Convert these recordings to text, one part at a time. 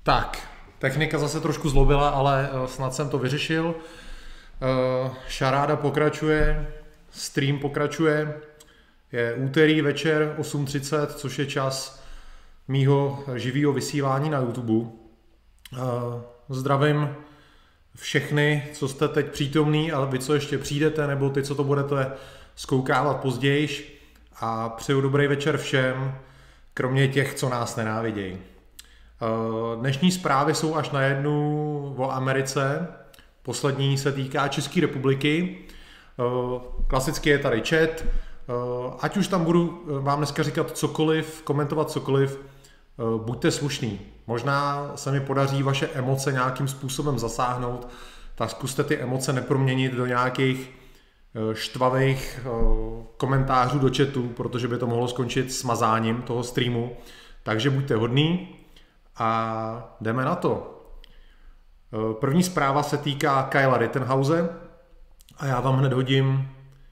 Tak, technika zase trošku zlobila, ale snad jsem to vyřešil. Šaráda pokračuje, stream pokračuje. Je úterý večer 8:30, což je čas mýho živého vysílání na YouTube. Zdravím všechny, co jste teď přítomní, ale vy, co ještě přijdete, nebo ty, co to budete zkoukávat později. A přeju dobrý večer všem, kromě těch, co nás nenávidějí. Dnešní zprávy jsou až na jednu o Americe. Poslední se týká České republiky. Klasicky je tady chat. Ať už tam budu vám dneska říkat cokoliv, komentovat cokoliv, buďte slušný. Možná se mi podaří vaše emoce nějakým způsobem zasáhnout, tak zkuste ty emoce neproměnit do nějakých štvavých komentářů do chatu, protože by to mohlo skončit smazáním toho streamu. Takže buďte hodný a jdeme na to. První zpráva se týká Kylea Rittenhouse a já vám hned hodím.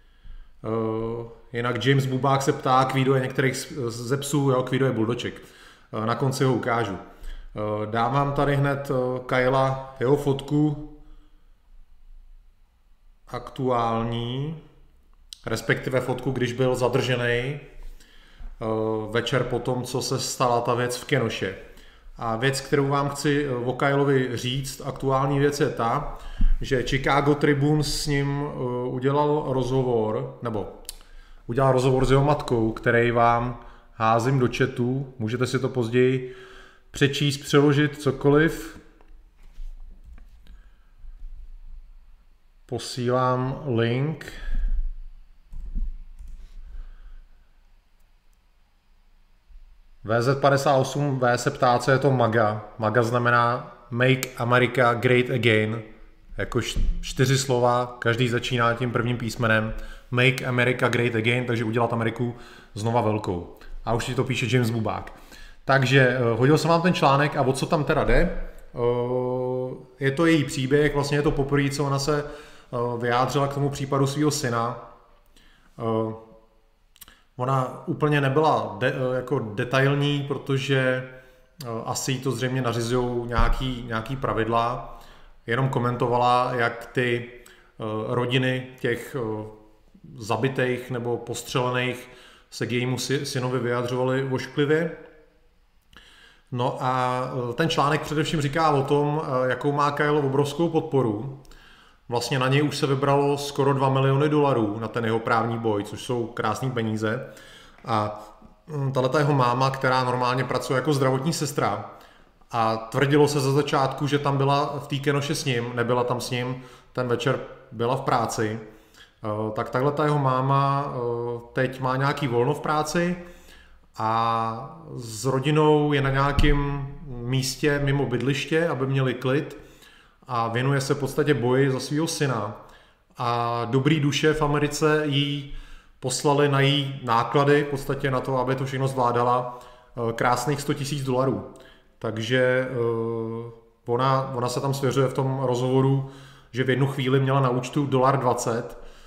Jinak James Bubák se ptá, kvído je některých ze psů, jo, kvído je buldoček. Na konci ho ukážu. Dám vám tady hned Kylea, jeho fotku aktuální, respektive fotku, když byl zadržený večer po tom, co se stala ta věc v Kenoše. A věc, kterou vám chci o Kyleovi říct, aktuální věc je ta, že Chicago Tribune s ním udělal rozhovor s jeho matkou, který vám házím do chatu, můžete si to později přečíst, přeložit, cokoliv. Posílám link. VZ58V se ptá, co je to MAGA. MAGA znamená Make America Great Again. Jako 4 slova, každý začíná tím prvním písmenem. Make America Great Again, takže udělat Ameriku znova velkou. A už ti to píše James Bubák. Takže hodil jsem vám ten článek a o co tam teda jde? Je to její příběh, vlastně je to poprvé, co ona se vyjádřila k tomu případu svého syna. Ona úplně nebyla jako detailní, protože asi jí to zřejmě nařizují nějaký pravidla. Jenom komentovala, jak ty rodiny těch zabitých nebo postřelených se k jejímu synovi vyjadřovaly ošklivě. No a ten článek především říká o tom, jakou má Kyle obrovskou podporu. Vlastně na něj už se vybralo skoro $2 miliony na ten jeho právní boj, což jsou krásné peníze. A tato jeho máma, která normálně pracuje jako zdravotní sestra, a tvrdilo se za začátku, že tam byla v té Kenoše s ním, nebyla tam s ním, ten večer byla v práci, tak takhle ta jeho máma teď má nějaký volno v práci a s rodinou je na nějakém místě mimo bydliště, aby měli klid, a věnuje se v podstatě boji za svého syna. A dobrý duše v Americe jí poslali na její náklady, v podstatě na to, aby to všechno zvládala, krásných $100,000. Takže ona se tam svěřuje v tom rozhovoru, že v jednu chvíli měla na účtu $20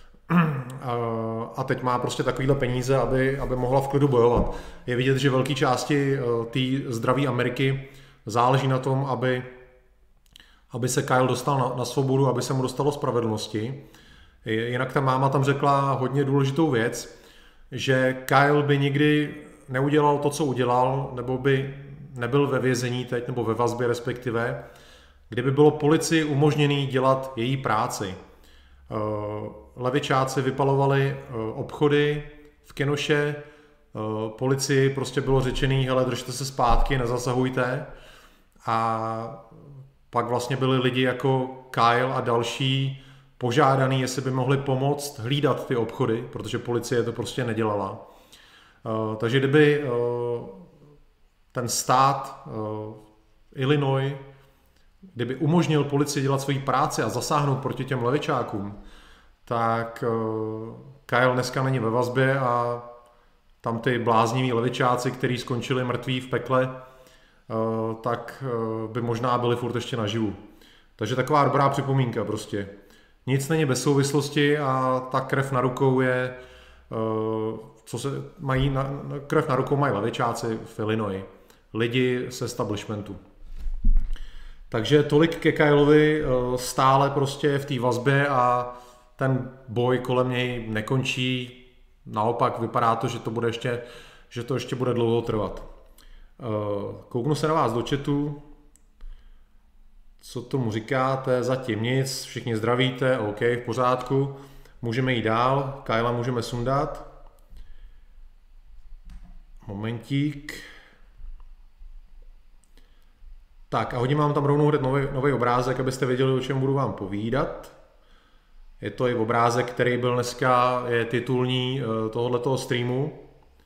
a teď má prostě takovýhle peníze, aby mohla v klidu bojovat. Je vidět, že velké části té zdravé Ameriky záleží na tom, aby se Kyle dostal na svobodu, aby se mu dostalo spravedlnosti. Jinak ta máma tam řekla hodně důležitou věc, že Kyle by nikdy neudělal to, co udělal, nebo by nebyl ve vězení teď, nebo ve vazbě respektive, kdyby bylo policii umožněný dělat její práci. Levičáci vypalovali obchody v Kenoše, policii prostě bylo řečený, hele, držte se zpátky, nezasahujte. A pak vlastně byli lidi jako Kyle a další požádaný, jestli by mohli pomoct hlídat ty obchody, protože policie to prostě nedělala. Takže kdyby ten stát Illinois, kdyby umožnil policii dělat svoji práci a zasáhnout proti těm levičákům, tak Kyle dneska není ve vazbě a tam ty blázniví levičáci, kteří skončili mrtví v pekle, tak by možná byli furt ještě naživu. Takže taková dobrá připomínka prostě. Nic není bez souvislosti a ta krev na rukou je, krev na rukou mají levičáci v Illinois. Lidi z establishmentu. Takže tolik ke Kylovi, stále prostě v té vazbě a ten boj kolem něj nekončí. Naopak vypadá to, že to ještě bude dlouho trvat. Kouknu se na vás do chatu. Co tomu říkáte? Zatím nic, všichni zdravíte, OK, v pořádku. Můžeme jít dál, Kyla můžeme sundat. Momentík. Tak a hodím vám tam rovnou hned nový obrázek, abyste věděli, o čem budu vám povídat. Je to i obrázek, který byl dneska, je titulní tohoto streamu.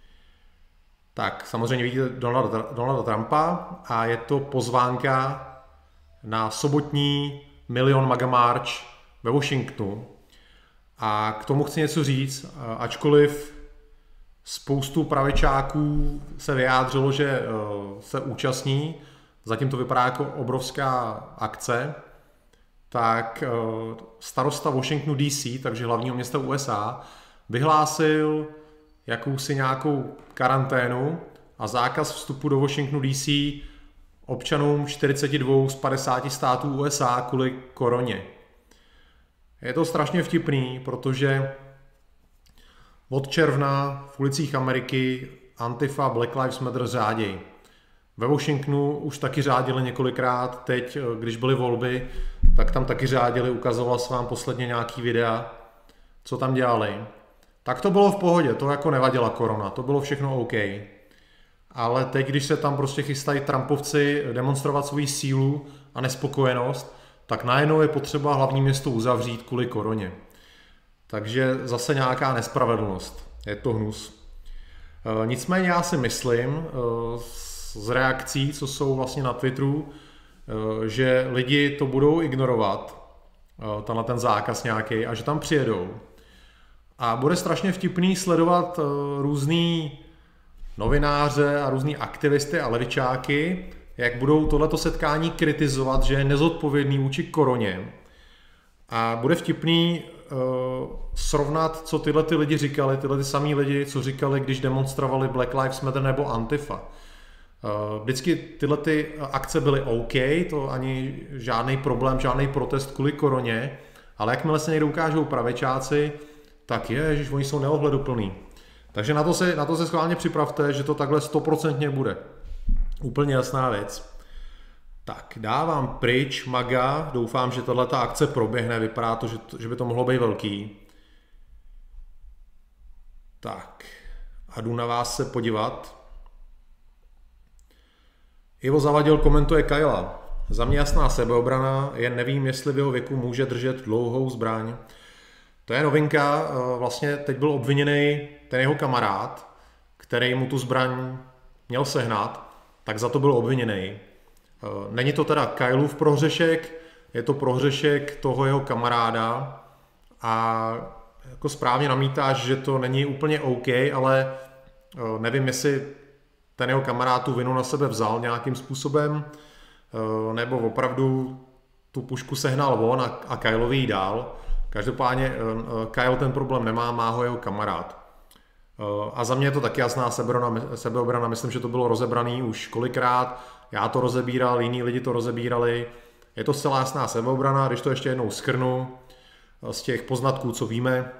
Tak, samozřejmě vidíte Donalda Trumpa a je to pozvánka na sobotní Million MAGA March ve Washingtonu. A k tomu chci něco říct, ačkoliv spoustu pravičáků se vyjádřilo, že se účastní, zatím to vypadá jako obrovská akce, tak starosta Washingtonu DC, takže hlavního města USA, vyhlásil jakousi nějakou karanténu a zákaz vstupu do Washingtonu DC občanům 42 z 50 států USA kvůli koroně. Je to strašně vtipný, protože od června v ulicích Ameriky Antifa, Black Lives Matter řádějí. Ve Washingtonu už taky řádili několikrát, teď, když byly volby, tak tam taky řádili, ukazoval jsem vám posledně nějaký videa, co tam dělali. Tak to bylo v pohodě, to jako nevadila korona, to bylo všechno OK. Ale teď, když se tam prostě chystají Trumpovci demonstrovat svou sílu a nespokojenost, tak najednou je potřeba hlavní město uzavřít kvůli koroně. Takže zase nějaká nespravedlnost, je to hnus. Nicméně já si myslím, z reakcí, co jsou vlastně na Twitteru, že lidi to budou ignorovat, tenhle ten zákaz nějaký, a že tam přijedou. A bude strašně vtipný sledovat různý novináře a různý aktivisty a levičáky, jak budou tohleto setkání kritizovat, že je nezodpovědný vůči koroně. A bude vtipný srovnat, co tyhle ty lidi říkali, tyhle ty samý lidi, co říkali, když demonstrovali Black Lives Matter nebo Antifa. Vždycky tyhle ty akce byly OK, to ani žádný problém, žádný protest kvůli koroně, ale jakmile se někde ukážou pravičáci, tak ježiš, oni jsou neohleduplný. Takže na to se schválně připravte, že to takhle 100% bude. Úplně jasná věc. Tak, dávám pryč MAGA, doufám, že tato akce proběhne, vypadá to, že by to mohlo být velký. Tak, a jdu na vás se podívat. Ivo Zavadil komentuje Kyla. Za mě jasná sebeobrana, jen nevím, jestli v jeho věku může držet dlouhou zbraň. To je novinka, vlastně teď byl obviněný ten jeho kamarád, který mu tu zbraň měl sehnat, tak za to byl obviněný. Není to teda Kylův prohřešek, je to prohřešek toho jeho kamaráda a jako správně namítáš, že to není úplně OK, ale nevím, jestli ten jeho kamarád tu vinu na sebe vzal nějakým způsobem, nebo opravdu tu pušku sehnal on a Kylovi ji dál. Každopádně Kyle ten problém nemá, má ho jeho kamarád. A za mě je to taky jasná sebeobrana, myslím, že to bylo rozebraný už kolikrát, já to rozebíral, jiní lidi to rozebírali. Je to zcela jasná sebeobrana, když to ještě jednou shrnu z těch poznatků, co víme.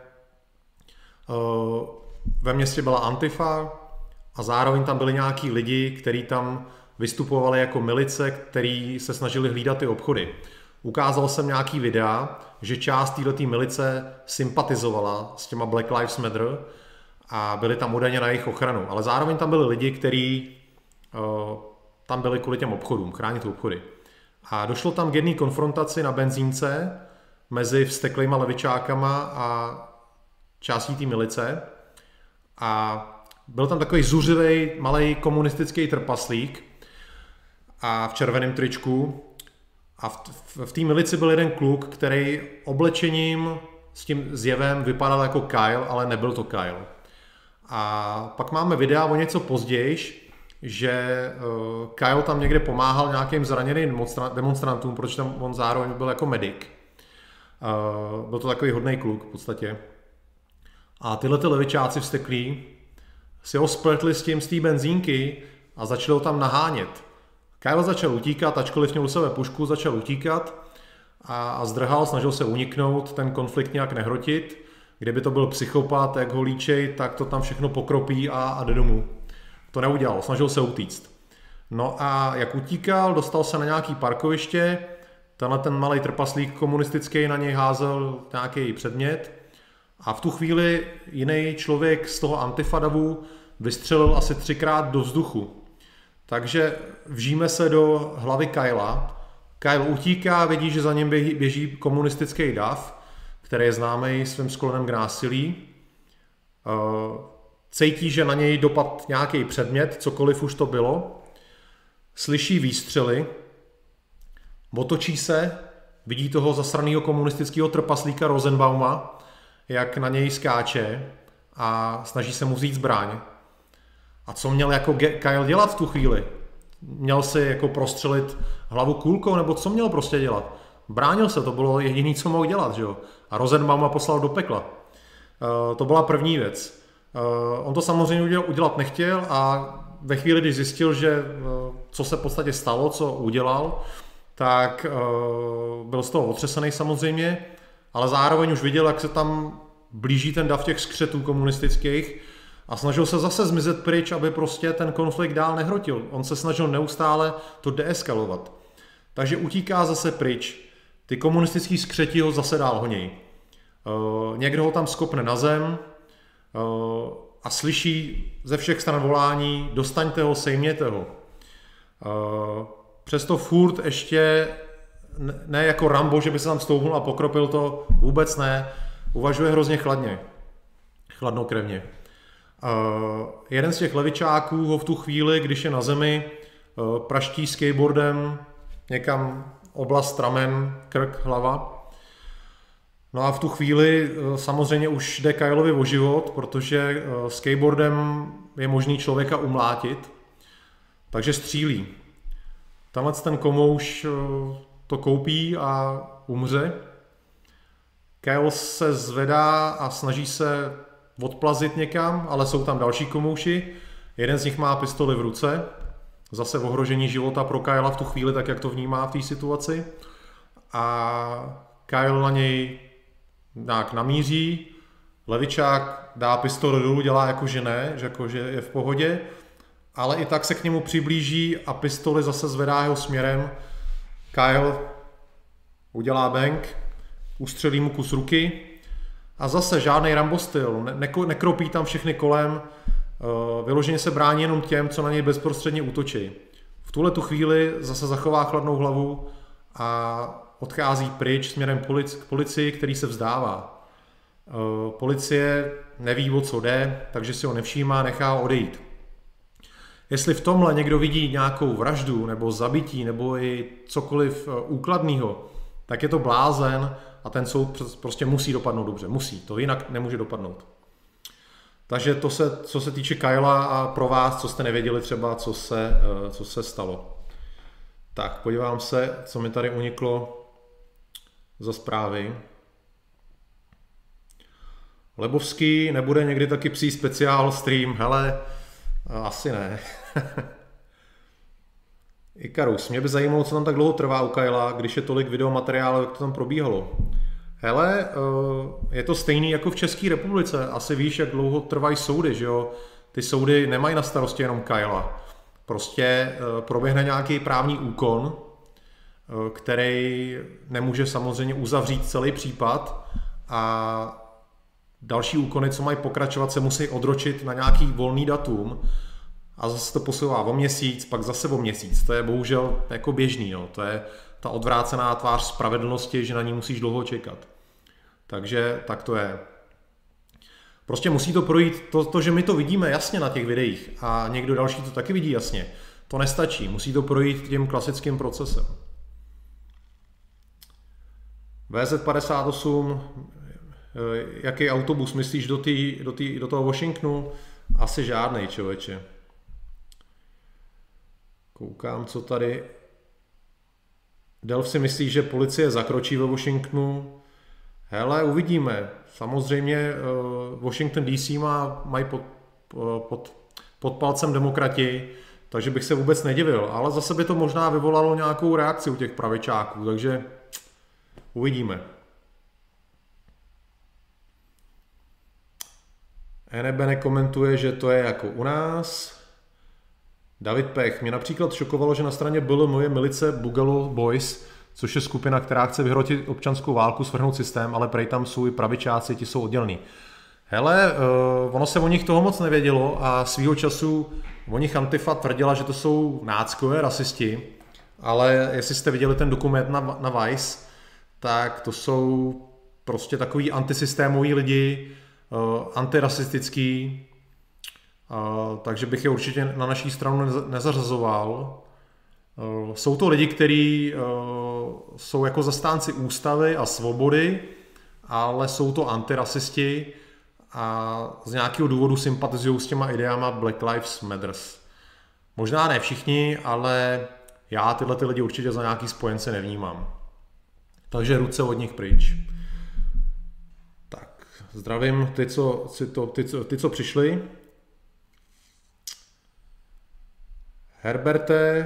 Ve městě byla Antifa a zároveň tam byli nějaký lidi, kteří tam vystupovali jako milice, kteří se snažili hlídat ty obchody. Ukázal jsem nějaký videa, že část této milice sympatizovala s těma Black Lives Matter a byli tam údajně na jejich ochranu. Ale zároveň tam byli lidi, kteří tam byli kvůli těm obchodům, chránit obchody. A došlo tam k jedné konfrontaci na benzínce mezi vzteklejma levičákama a částí té milice. A byl tam takový zuřivej, malej komunistický trpaslík a v červeném tričku. A v té milici byl jeden kluk, který oblečením s tím zjevem vypadal jako Kyle, ale nebyl to Kyle. A pak máme videa o něco později, že Kyle tam někde pomáhal nějakým zraněným demonstrantům, protože tam on zároveň byl jako medic. Byl to takový hodnej kluk v podstatě. A tyhle ty levičáci vzteklí si ho spletli s tím z té benzínky a začali ho tam nahánět. Kyle začal utíkat, ačkoliv měl u sebe pušku, začal utíkat a zdrhal, snažil se uniknout, ten konflikt nějak nehrotit. Kdyby to byl psychopat, jak ho líčej, tak to tam všechno pokropí a jde domů. To neudělal, snažil se utíct. No a jak utíkal, dostal se na nějaký parkoviště, tenhle ten malý trpaslík komunistický na něj házel nějaký předmět a v tu chvíli jiný člověk z toho Antifa-davu vystřelil asi 3krát do vzduchu. Takže vžijeme se do hlavy Kyla. Kyle utíká, vidí, že za ním běží komunistický dav, který je známý svým sklonem k násilí. Cítí, že na něj dopad nějaký předmět, cokoliv už to bylo. Slyší výstřely, otočí se, vidí toho zasraného komunistického trpaslíka Rosenbauma, jak na něj skáče a snaží se mu vzít zbraň. A co měl jako Kyle dělat v tu chvíli? Měl si jako prostřelit hlavu kulkou, nebo co měl prostě dělat? Bránil se, to bylo jediné, co mohl dělat, že jo? A Rosenbauma poslal do pekla. To byla první věc. On to samozřejmě udělat nechtěl a ve chvíli, když zjistil, že co se v podstatě stalo, co udělal, tak byl z toho otřesený samozřejmě, ale zároveň už viděl, jak se tam blíží ten dav těch skřetů komunistických a snažil se zase zmizet pryč, aby prostě ten konflikt dál nehrotil. On se snažil neustále to deeskalovat. Takže utíká zase pryč. Ty komunistický skřeti ho zase dál honějí. Někdo ho tam skopne na zem a slyší ze všech stran volání: dostaňte ho, sejměte ho. Přesto furt ještě ne jako Rambo, že by se tam stouhnul a pokropil to, vůbec ne. Uvažuje hrozně chladně, chladnokrevně. Jeden z těch levičáků ho v tu chvíli, když je na zemi, praští skateboardem někam oblast ramen, krk, hlava. No a v tu chvíli samozřejmě už jde Kylovi o život, protože skateboardem je možný člověka umlátit, takže střílí. Tenhle ten komouš to koupí a umře. Kyle se zvedá a snaží se odplazit někam, ale jsou tam další komouši. Jeden z nich má pistoli v ruce. Zase ohrožení života pro Kyla v tu chvíli, tak jak to vnímá v té situaci. A Kyle na něj nějak namíří. Levičák dá pistoli dolů, dělá jako že ne, že je v pohodě. Ale i tak se k němu přiblíží a pistoli zase zvedá jeho směrem. Kyle udělá bang, ustřelí mu kus ruky a zase žádný Rambo styl, nekropí tam všechny kolem, vyloženě se brání jenom těm, co na něj bezprostředně útočí. V tuhle tu chvíli zase zachová chladnou hlavu a odchází pryč směrem k policii, který se vzdává. Policie neví, o co jde, takže si ho nevšímá, nechá ho odejít. Jestli v tomhle někdo vidí nějakou vraždu nebo zabití nebo i cokoliv úkladného, tak je to blázen a ten soud prostě musí dopadnout dobře. Musí, to jinak nemůže dopadnout. Takže to co se týče Kyla a pro vás, co jste nevěděli třeba, co se stalo. Tak, podívám se, co mi tady uniklo za zprávy. Lebovský nebude někdy taky psí speciál stream? Hele, asi ne. Ikarus, mě by zajímalo, co tam tak dlouho trvá u Kyla, když je tolik videomateriálu, jak to tam probíhalo. Hele, je to stejný jako v České republice. Asi víš, jak dlouho trvají soudy, že jo? Ty soudy nemají na starosti jenom Kyla. Prostě proběhne nějaký právní úkon, který nemůže samozřejmě uzavřít celý případ a další úkony, co mají pokračovat, se musí odročit na nějaký volný datum a zase to posouvá o měsíc, pak zase o měsíc. To je bohužel jako běžný. No. To je ta odvrácená tvář spravedlnosti, že na ní musíš dlouho čekat. Takže tak to je. Prostě musí to projít, to, že my to vidíme jasně na těch videích a někdo další to taky vidí jasně, to nestačí. Musí to projít tím klasickým procesem. VZ58, jaký autobus myslíš do toho Washingtonu? Asi žádnej, člověče. Koukám, co tady. Delf si myslí, že policie zakročí ve Washingtonu. Hele, uvidíme. Samozřejmě Washington DC mají pod palcem demokrati, takže bych se vůbec nedivil. Ale zase by to možná vyvolalo nějakou reakci u těch pravičáků, takže uvidíme. Enebene komentuje, že to je jako u nás. David Pech. Mě například šokovalo, že na straně BLM je milice Bugalo Boys, což je skupina, která chce vyhrotit občanskou válku, svrhnout systém, ale prej tam jsou i pravičáci, ti jsou oddělení. Hele, ono se o nich toho moc nevědělo a svýho času o nich Antifa tvrdila, že to jsou náckové rasisti, ale jestli jste viděli ten dokument na Vice, tak to jsou prostě takový antisystémoví lidi, antirasistický, takže bych je určitě na naší stranu nezařazoval. Jsou to lidi, kteří jsou jako zastánci ústavy a svobody, ale jsou to antirasisti a z nějakého důvodu sympatizují s těma ideama Black Lives Matters. Možná ne všichni, ale já tyhle ty lidi určitě za nějaký spojence nevnímám. Takže ruce od nich pryč. Tak, zdravím ty, co přišli. Herberte,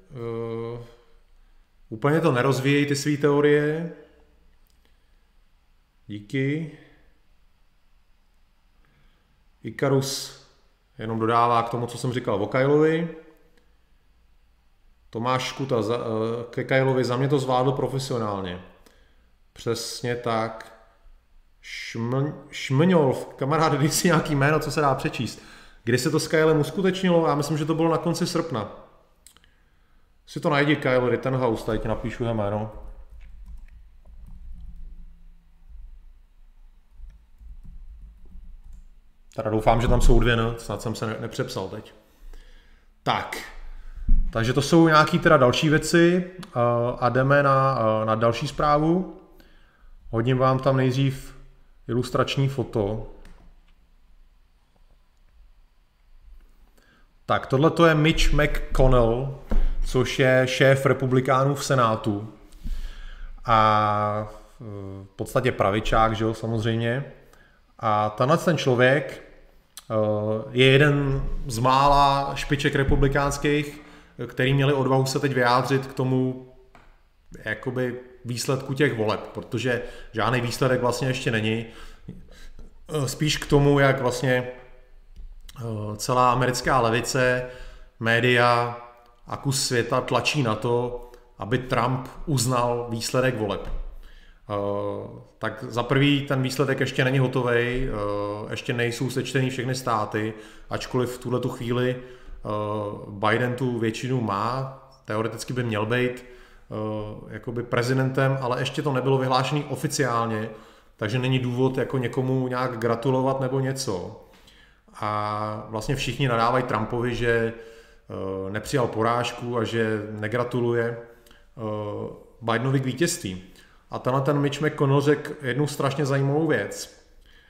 úplně to nerozvíjej ty svý teorie. Díky. Ikarus jenom dodává k tomu, co jsem říkal o Kailovi. Tomáš Škuta ke Kailovi, za mě to zvládl profesionálně. Přesně tak. Šmňolf, kamarád, když si nějaký jméno, co se dá přečíst. Kdy se to s Kailem uskutečnilo? Já myslím, že to bylo na konci srpna. Si to najdi, Kyle Rittenhouse, tady ti napíšu jeho jméno. Teda doufám, že tam jsou dvě, no, snad jsem se nepřepsal teď. Tak, takže to jsou nějaký teda další věci a jdeme na další zprávu. Hodím vám tam nejdřív ilustrační foto. Tak, tohle to je Mitch McConnell, což je šéf republikánů v Senátu a v podstatě pravičák, že jo, samozřejmě. A tenhle ten člověk je jeden z mála špiček republikánských, který měli odvahu se teď vyjádřit k tomu jakoby výsledku těch voleb, protože žádný výsledek vlastně ještě není. Spíš k tomu, jak vlastně celá americká levice, média a kus světa tlačí na to, aby Trump uznal výsledek voleb. Tak za prvý ten výsledek ještě není hotový, ještě nejsou sečtený všechny státy, ačkoliv v tuhletu chvíli Biden tu většinu má, teoreticky by měl být jakoby prezidentem, ale ještě to nebylo vyhlášené oficiálně, takže není důvod jako někomu nějak gratulovat nebo něco. A vlastně všichni nadávají Trumpovi, že nepřijal porážku a že negratuluje Bidenovi k vítězství. A tenhle ten Mitch McConnell řekl jednu strašně zajímavou věc.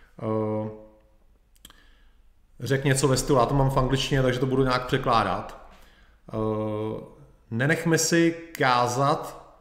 Řekl něco ve stylu, já to mám v angličtině, takže to budu nějak překládat. Nenechme si kázat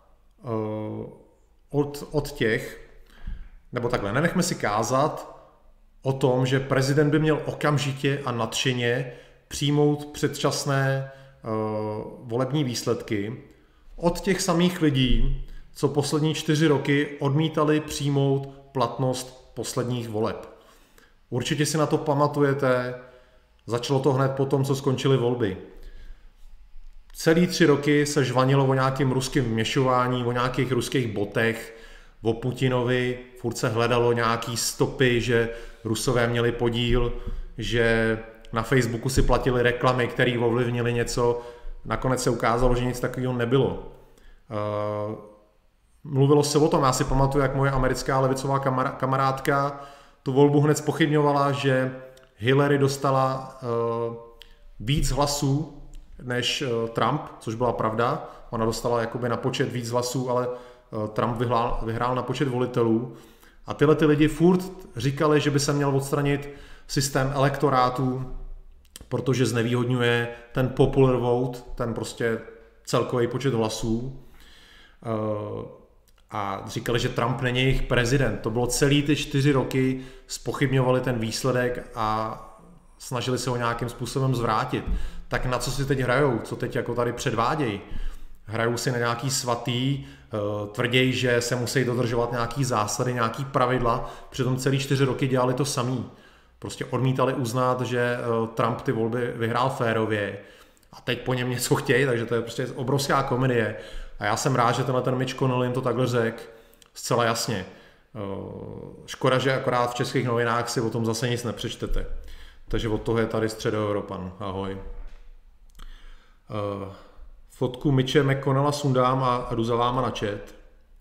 od těch, nebo takhle, nenechme si kázat o tom, že prezident by měl okamžitě a nadšeně přijmout předčasné volební výsledky od těch samých lidí, co poslední 4 roky odmítali přijmout platnost posledních voleb. Určitě si na to pamatujete, začalo to hned po tom, co skončily volby. Celý 3 roky se žvanilo o nějakém ruském vměšování, o nějakých ruských botech, o Putinovi, furt se hledalo nějaký stopy, že Rusové měli podíl, že na Facebooku si platili reklamy, které ovlivnily něco. Nakonec se ukázalo, že nic takového nebylo. Mluvilo se o tom, já si pamatuju, jak moje americká levicová kamarádka tu volbu hned zpochybňovala, že Hillary dostala víc hlasů než Trump, což byla pravda. Ona dostala jakoby na počet víc hlasů, ale Trump vyhrál na počet volitelů. A tyhle ty lidi furt říkali, že by se měl odstranit systém elektorátů, protože znevýhodňuje ten popular vote, ten prostě celkový počet hlasů. A říkali, že Trump není jejich prezident. To bylo celý ty 4 roky, zpochybňovali ten výsledek a snažili se ho nějakým způsobem zvrátit. tak na co si teď hrajou, co teď jako tady předvádějí. Hrajou si na nějaký svatý, tvrději, že se musí dodržovat nějaký zásady, nějaký pravidla, přitom celý 4 roky dělali to samý. Prostě odmítali uznat, že Trump ty volby vyhrál férově a teď po něm něco chtějí, takže to je prostě obrovská komedie. A já jsem rád, že ten Mitch Connell jim to takhle řekl zcela jasně. Škoda, že akorát v českých novinách si o tom zase nic nepřečtete. Takže od toho je tady Středoevropan. Ahoj. Fotku Mitche McConnella sundám a jdu za váma na chat.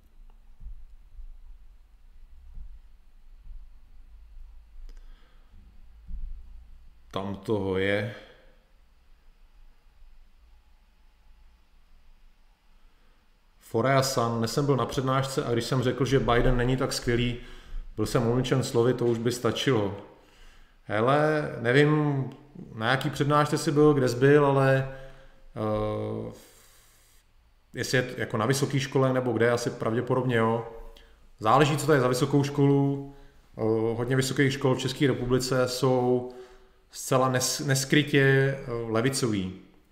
Tam toho je. Forea San, dnes jsem byl na přednášce a když jsem řekl, že Biden není tak skvělý, byl jsem umlčen slovy, to už by stačilo. Hele, nevím, na jaký přednášce jsi byl, kde jsi byl, ale jestli je jako na vysoké škole nebo kde, asi pravděpodobně jo. Záleží, co to je za vysokou školu. Hodně vysokých škol v České republice jsou zcela neskrytě levicový.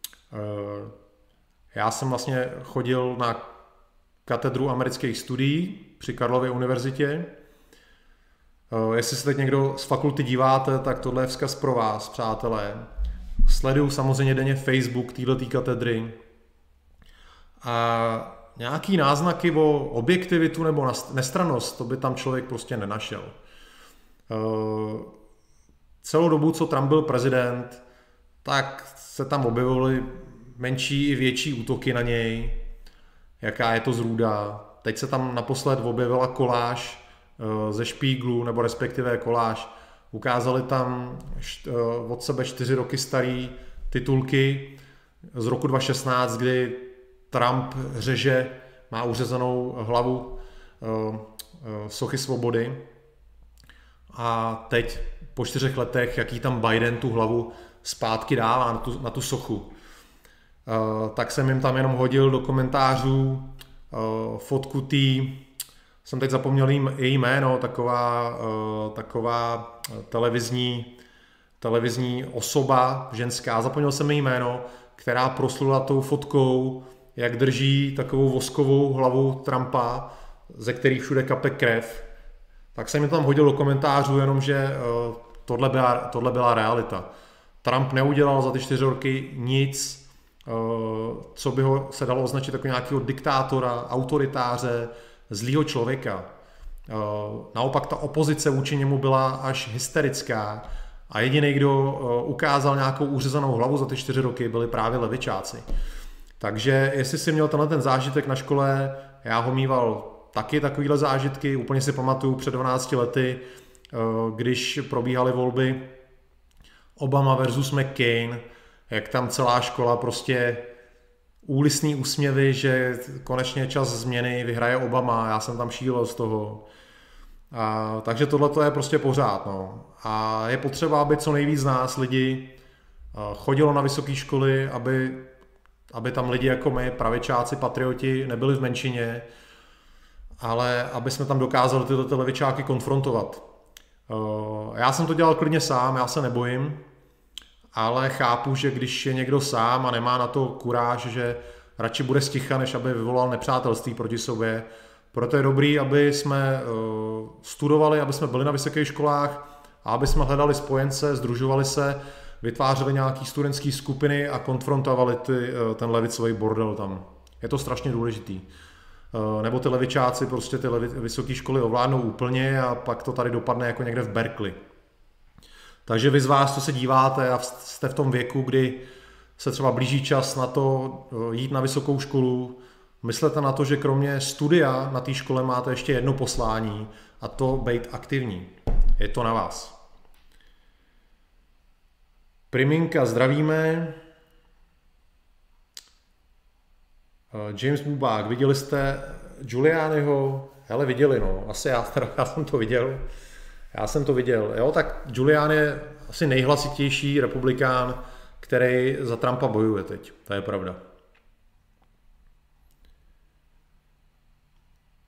Já jsem vlastně chodil na katedru amerických studií při Karlově univerzitě. Jestli se teď někdo z fakulty díváte, tak tohle je vzkaz pro vás, přátelé. Sleduju samozřejmě denně Facebook této katedry a nějaký náznaky o objektivitu nebo nestrannost, to by tam člověk prostě nenašel. Celou dobu, co Trump byl prezident, tak se tam objevily menší i větší útoky na něj, jaká je to zrůda. Teď se tam naposled objevila koláž ze Špíglu, nebo respektive koláž. Ukázali tam od sebe 4 roky staré titulky z roku 2016, kdy Trump řeže, má uřezanou hlavu sochy svobody. A teď po 4 letech, jaký tam Biden tu hlavu zpátky dává na tu sochu. Tak jsem jim tam jenom hodil do komentářů fotku jsem teď zapomněl její jméno, taková televizní osoba ženská, zapomněl jsem její jméno, která proslula tou fotkou, jak drží takovou voskovou hlavu Trumpa, ze kterých všude kape krev. Tak jsem jim tam hodil do komentářů jenom, že tohle byla realita. Trump neudělal za ty 4 roky nic, co by ho se dalo označit jako nějakého diktátora, autoritáře, zlýho člověka. Naopak ta opozice vůči němu byla až hysterická a jediný, kdo ukázal nějakou uřezanou hlavu za ty 4 roky, byli právě levičáci. Takže jestli jsi měl ten zážitek na škole, já ho mýval taky takovýhle zážitky, úplně si pamatuju před 12 lety, když probíhaly volby Obama versus McCain, jak tam celá škola prostě úlisný úsměvy, že konečně čas změny, vyhraje Obama, já jsem tam šílel z toho. Takže tohle je prostě pořád. No. A je potřeba, aby co nejvíc z nás lidi chodilo na vysoké školy, aby tam lidi jako my, pravičáci, patrioti, nebyli v menšině, ale aby jsme tam dokázali tyto levičáky konfrontovat. Já jsem to dělal klidně sám, já se nebojím, ale chápu, že když je někdo sám a nemá na to kuráž, že radši bude sticha, než aby vyvolal nepřátelství proti sobě. Proto je dobrý, aby jsme studovali, aby jsme byli na vysokých školách a aby jsme hledali spojence, sdružovali se, vytvářeli nějaké studentské skupiny a konfrontovali ten levicový bordel tam. Je to strašně důležitý. Nebo ty levičáci prostě ty vysoké školy ovládnou úplně a pak to tady dopadne jako někde v Berkeley. Takže vy z vás, co se díváte a jste v tom věku, kdy se třeba blíží čas na to jít na vysokou školu, myslete na to, že kromě studia na té škole máte ještě jedno poslání a to být aktivní. Je to na vás. Priminka, zdravíme. James Bubák, viděli jste Giulianiho? Hele, viděli, no. Asi já jsem to viděl. Jo, tak Giuliani je asi nejhlasitější republikán, který za Trumpa bojuje teď. To je pravda.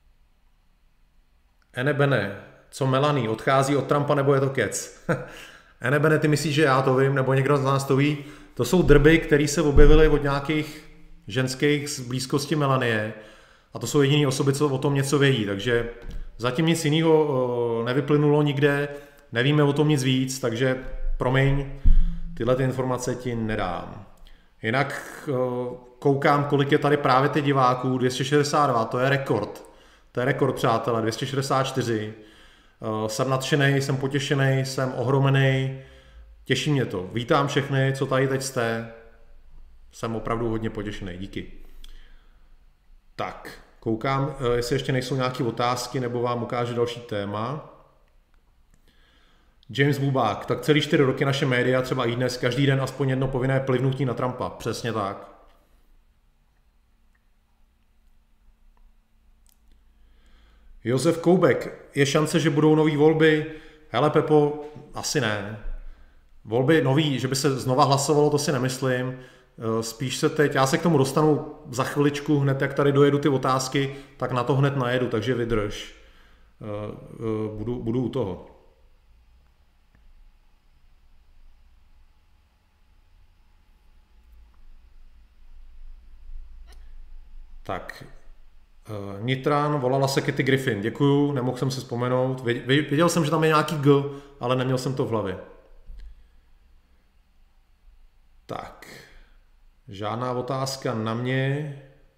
Bene, co Melanie, odchází od Trumpa nebo je to kec? Enebene, ty myslíš, že já to vím, nebo někdo z nás to ví? To jsou drby, které se objevily od nějakých ženských z blízkosti Melanie a to jsou jediné osoby, co o tom něco vědí, takže zatím nic jiného nevyplynulo nikde, nevíme o tom nic víc, takže promiň, tyhle ty informace ti nedám. Jinak koukám, kolik je tady právě ty diváků, 262, to je rekord. To je rekord, přátelé, 264. Jsem nadšenej, jsem potěšený, jsem ohromený, těší mě to. Vítám všechny, co tady teď jste. Jsem opravdu hodně potěšený, díky. Tak, koukám, jestli ještě nejsou nějaké otázky, nebo vám ukážu další téma. James Bubák, tak celý 4 roky naše média, třeba i dnes, každý den aspoň jedno povinné plivnutí na Trumpa. Přesně tak. Josef Koubek, je šance, že budou nový volby? Hele Pepo, asi ne. Volby nový, že by se znova hlasovalo, to si nemyslím. Spíš se teď, já se k tomu dostanu za chviličku, hned jak tady dojedu ty otázky, tak na to hned najedu, takže vydrž. Budu u toho. Tak, Nitran, volala se Kitty Griffin, děkuju, nemohl jsem si vzpomenout. Věděl jsem, že tam je nějaký G, ale neměl jsem to v hlavě. Tak, žádná otázka na mě.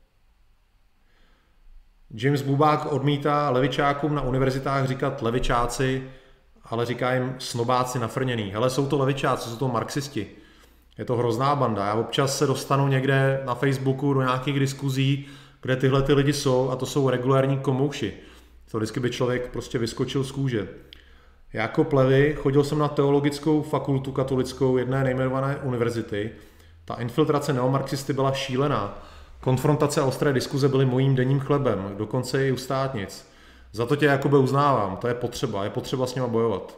James Bubák odmítá levičákům na univerzitách říkat levičáci, ale říká jim snobáci nafrněný. Hele, jsou to levičáci, jsou to marxisti. Je to hrozná banda. Já občas se dostanu někde na Facebooku do nějakých diskuzí, kde tyhle ty lidi jsou a to jsou regulární komouši. To vždycky by člověk prostě vyskočil z kůže. Jako plevy chodil jsem na teologickou fakultu katolickou jedné nejmenované univerzity. Ta infiltrace neomarxisty byla šílená. Konfrontace a ostré diskuze byly mojím denním chlebem, dokonce i u státnic. Za to tě jakoby uznávám, to je potřeba s nima bojovat.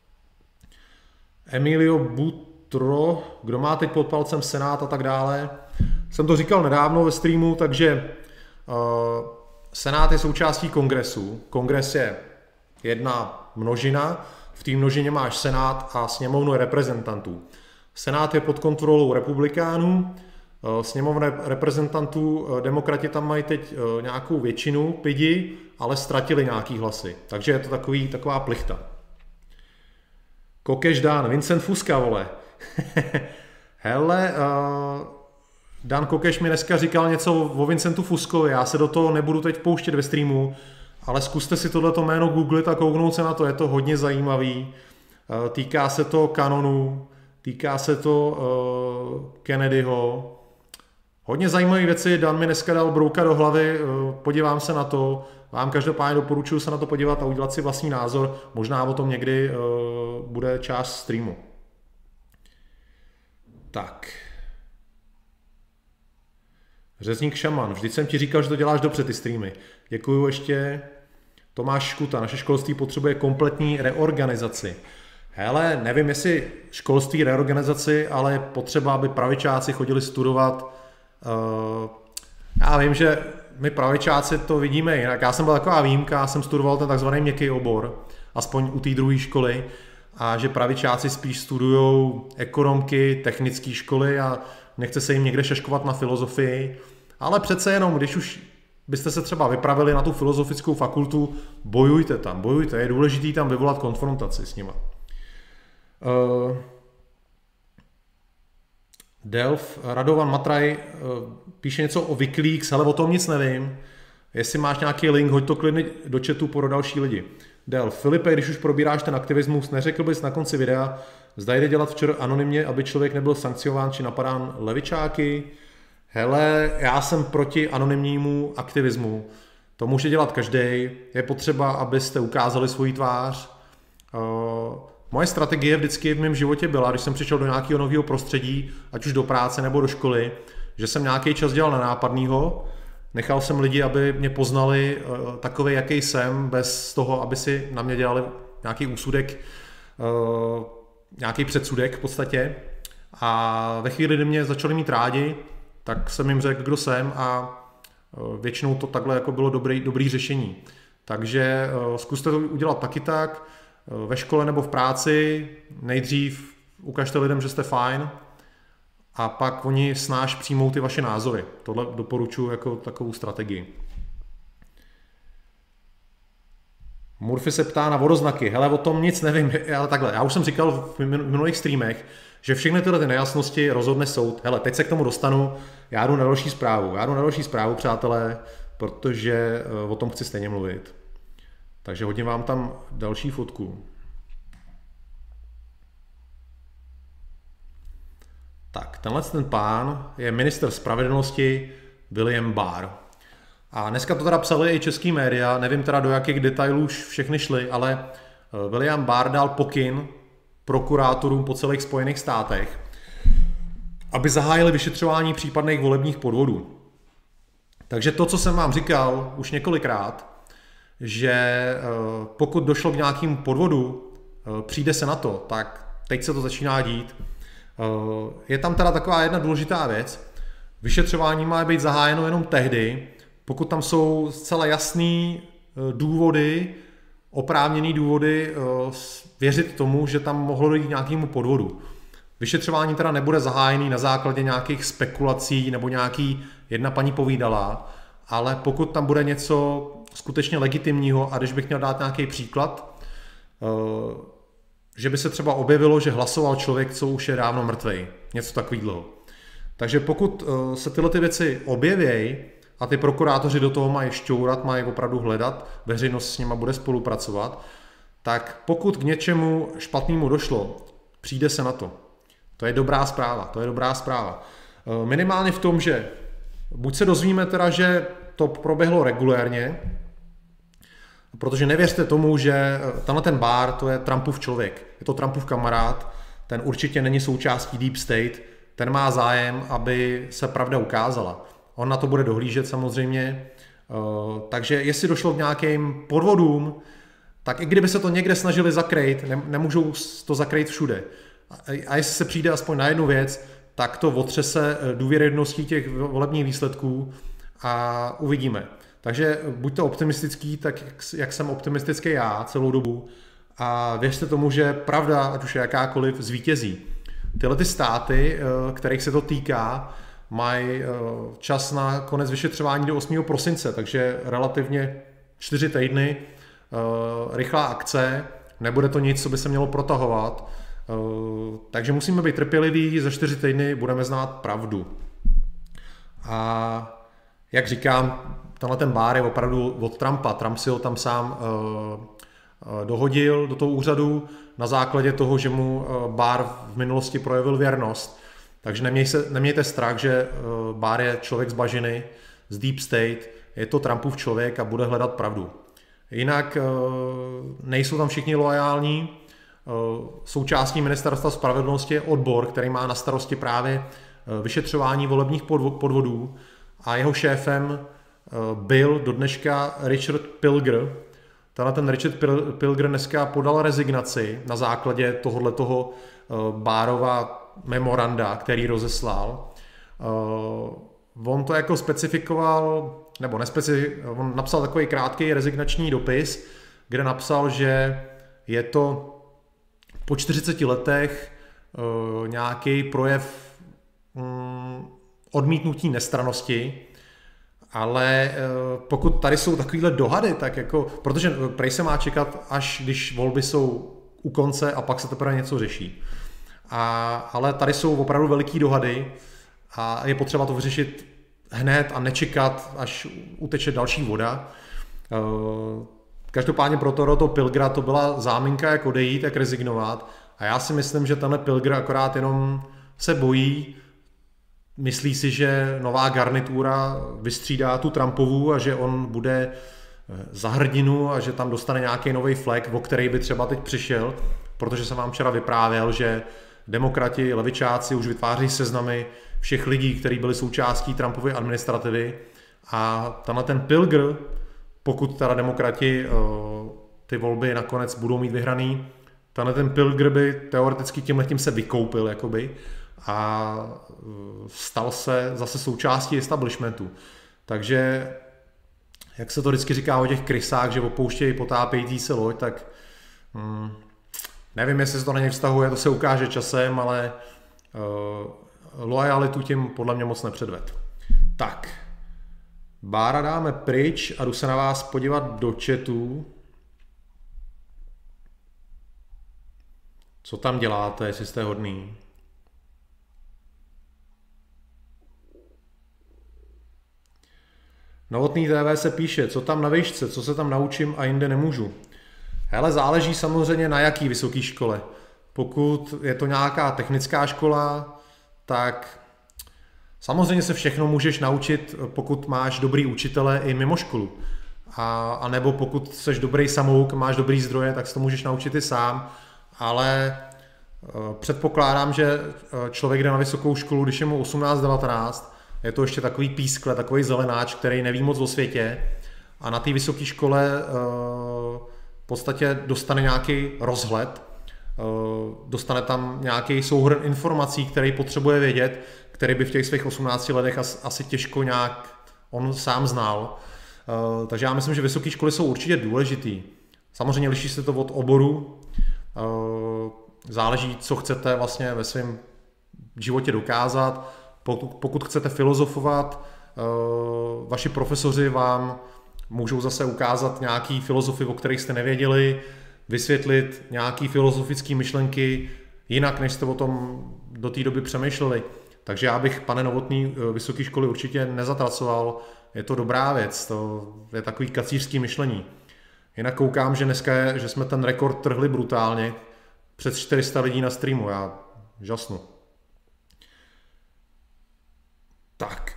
Emilio Butro, kdo má teď pod palcem Senát a tak dále. Jsem to říkal nedávno ve streamu, takže Senát je součástí kongresu. Kongres je jedna množina, v té množině máš Senát a sněmovnu reprezentantů. Senát je pod kontrolou republikánů, sněmovna reprezentantů, demokrati tam mají teď nějakou většinu, pidi, ale ztratili nějaký hlasy. Takže je to taková plichta. Kokeš Dan, Vincent Fuska, vole. Hele, Dan Kokeš mi dneska říkal něco o Vincentu Fuskovi, já se do toho nebudu teď pouštět ve streamu, ale zkuste si tohleto jméno googlit a kouknout se na to, je to hodně zajímavý. Týká se to kanonu, týká se to Kennedyho. Hodně zajímavé věci, Dan mi dneska dal brouka do hlavy, podívám se na to, vám každopádně doporučuji se na to podívat a udělat si vlastní názor, možná o tom někdy bude část streamu. Tak. Řezník Šaman, vždyť jsem ti říkal, že to děláš dobře ty streamy. Děkuju ještě. Tomáš Škuta, naše školství potřebuje kompletní reorganizaci. Hele, nevím, jestli školství reorganizaci, ale je potřeba, aby pravičáci chodili studovat. Já vím, že my pravičáci to vidíme jinak. Já jsem byl taková výjimka, já jsem studoval ten takzvaný měkký obor, aspoň u té druhé školy, a že pravičáci spíš studují ekonomky, technické školy a nechce se jim někde šaškovat na filozofii, ale přece jenom, když už byste se třeba vypravili na tu filozofickou fakultu, bojujte tam, je důležité tam vyvolat konfrontaci s nima. Delf, Radovan Matraj píše něco o Wikileaks, ale o tom nic nevím. Jestli máš nějaký link, hoď to klidně do chatu pro další lidi. Delf, Filipe, když už probíráš ten aktivismus, neřekl bys na konci videa, zda jde dělat včera anonymně, aby člověk nebyl sankcionován či napadán levičáky? Hele, já jsem proti anonymnímu aktivismu. To může dělat každý. Je potřeba, abyste ukázali svoji tvář. Moje strategie vždycky v mém životě byla, když jsem přišel do nějakého nového prostředí, ať už do práce nebo do školy, že jsem nějaký čas dělal nenápadnýho, nechal jsem lidi, aby mě poznali takový, jaký jsem, bez toho, aby si na mě dělali nějaký úsudek, nějaký předsudek v podstatě. A ve chvíli, kdy mě začali mít rádi, tak jsem jim řekl, kdo jsem, a většinou to takhle jako bylo dobrý řešení. Takže zkuste to udělat taky tak. ve škole nebo v práci nejdřív ukažte lidem, že jste fajn, a pak oni snáš přijmou ty vaše názory. Tohle doporučuji jako takovou strategii. Murphy se ptá na vodoznaky. Hele, o tom nic nevím, ale takhle. Já už jsem říkal v minulých streamech, že všechny tyhle ty nejasnosti rozhodne soud. Hele, teď se k tomu dostanu, já jdu na další zprávu, přátelé, protože o tom chci stejně mluvit. Takže hodím vám tam další fotku. Tak, tenhle ten pán je ministr spravedlnosti William Barr. A dneska to teda psali i český média, nevím teda do jakých detailů už všechny šly, ale William Barr dal pokyn prokurátorům po celých Spojených státech, aby zahájili vyšetřování případných volebních podvodů. Takže to, co jsem vám říkal už několikrát, že pokud došlo k nějakému podvodu, přijde se na to, tak teď se to začíná dít. Je tam teda taková jedna důležitá věc. Vyšetřování má být zahájeno jenom tehdy, pokud tam jsou zcela jasný důvody, oprávněný důvody věřit tomu, že tam mohlo dojít k nějakému podvodu. Vyšetřování teda nebude zahájený na základě nějakých spekulací nebo nějaký jedna paní povídala, ale pokud tam bude něco skutečně legitimního, a když bych měl dát nějaký příklad, že by se třeba objevilo, že hlasoval člověk, co už je dávno mrtvej, něco takového. Takže pokud se tyhle ty věci objevějí a ty prokurátoři do toho mají šťourat, mají opravdu hledat, veřejnost s nima bude spolupracovat, tak pokud k něčemu špatnému došlo, přijde se na to. To je dobrá zpráva. Minimálně v tom, že buď se dozvíme teda, že to proběhlo regulérně, protože nevěřte tomu, že tenhle ten Barr, to je Trumpův člověk, je to Trumpův kamarád, ten určitě není součástí Deep State, ten má zájem, aby se pravda ukázala. On na to bude dohlížet samozřejmě, takže jestli došlo k nějakým podvodům, tak i kdyby se to někde snažili zakrýt, nemůžou to zakrýt všude. A jestli se přijde aspoň na jednu věc, tak to otřese důvěryhodností těch volebních výsledků a uvidíme. Takže buďte optimistický, tak jak jsem optimistický já celou dobu, a věřte tomu, že pravda, ať už je jakákoliv, zvítězí. Tyhle ty státy, kterých se to týká, mají čas na konec vyšetřování do 8. prosince, takže relativně 4 týdny, rychlá akce, nebude to nic, co by se mělo protahovat, takže musíme být trpěliví, za 4 týdny budeme znát pravdu. A jak říkám, tenhle ten Barr je opravdu od Trumpa. Trump si ho tam sám dohodil do toho úřadu na základě toho, že mu Barr v minulosti projevil věrnost. Takže nemějte strach, že Barr je člověk z bažiny, z Deep State, je to Trumpův člověk a bude hledat pravdu. Jinak nejsou tam všichni loajální. Součástí ministerstva spravedlnosti je odbor, který má na starosti právě vyšetřování volebních podvodů, a jeho šéfem byl do dneška Richard Pilger. Ten Richard Pilger dneska podal rezignaci na základě tohoto Barrova memoranda, který rozeslal. On to jako specifikoval, nebo on napsal takový krátký rezignační dopis, kde napsal, že je to po 40 letech nějaký projev odmítnutí nestrannosti, ale pokud tady jsou takovýhle dohady, tak jako, protože prej se má čekat, až když volby jsou u konce a pak se teprve něco řeší. Ale tady jsou opravdu veliký dohady a je potřeba to vyřešit hned a nečekat, až uteče další voda. Každopádně pro tohoto Pilgera to byla záminka, jak odejít, jak rezignovat, a já si myslím, že tenhle Pilger akorát jenom se bojí, myslí si, že nová garnitura vystřídá tu Trumpovu a že on bude za hrdinu a že tam dostane nějaký nový flek, o který by třeba teď přišel, protože jsem vám včera vyprávěl, že demokrati, levičáci už vytváří seznamy všech lidí, kteří byli součástí Trumpovy administrativy, a tenhle ten Pilger, pokud teda demokrati ty volby nakonec budou mít vyhraný, tenhle ten Pilger by teoreticky tímhletím se vykoupil jakoby a stal se zase součástí establishmentu. Takže, jak se to vždycky říká o těch krysách, že opouštějí potápějící se loď, tak Nevím, jestli se to na něj vztahuje, to se ukáže časem, ale loajalitu tím podle mě moc nepředved. Tak, Bára dáme pryč a jdu se na vás podívat do chatu. Co tam děláte, jestli jste hodný? Novotný TV se píše, co tam na výšce, co se tam naučím a jinde nemůžu. Hele, záleží samozřejmě na jaký vysoké škole. Pokud je to nějaká technická škola, tak samozřejmě se všechno můžeš naučit, pokud máš dobrý učitele i mimo školu. A nebo pokud jsi dobrý samouk, máš dobrý zdroje, tak se to můžeš naučit i sám. Ale předpokládám, že člověk jde na vysokou školu, když je mu 18-19, je to ještě takový pískle, takový zelenáč, který neví moc o světě a na té vysoké škole v podstatě dostane nějaký rozhled, dostane tam nějaký souhrn informací, který potřebuje vědět, který by v těch svých 18 letech asi těžko nějak on sám znal. Takže já myslím, že vysoké školy jsou určitě důležitý. Samozřejmě liší se to od oboru, záleží, co chcete vlastně ve svém životě dokázat. Pokud chcete filozofovat, vaši profesoři vám můžou zase ukázat nějaký filozofy, o kterých jste nevěděli, vysvětlit nějaký filozofické myšlenky jinak, než jste o tom do té doby přemýšleli. Takže já bych, pane Novotný, vysoké školy určitě nezatracoval. Je to dobrá věc, to je takový kacířský myšlení. Jinak koukám, že dneska že jsme ten rekord trhli brutálně. Přes 400 lidí na streamu, já žasnu. Tak,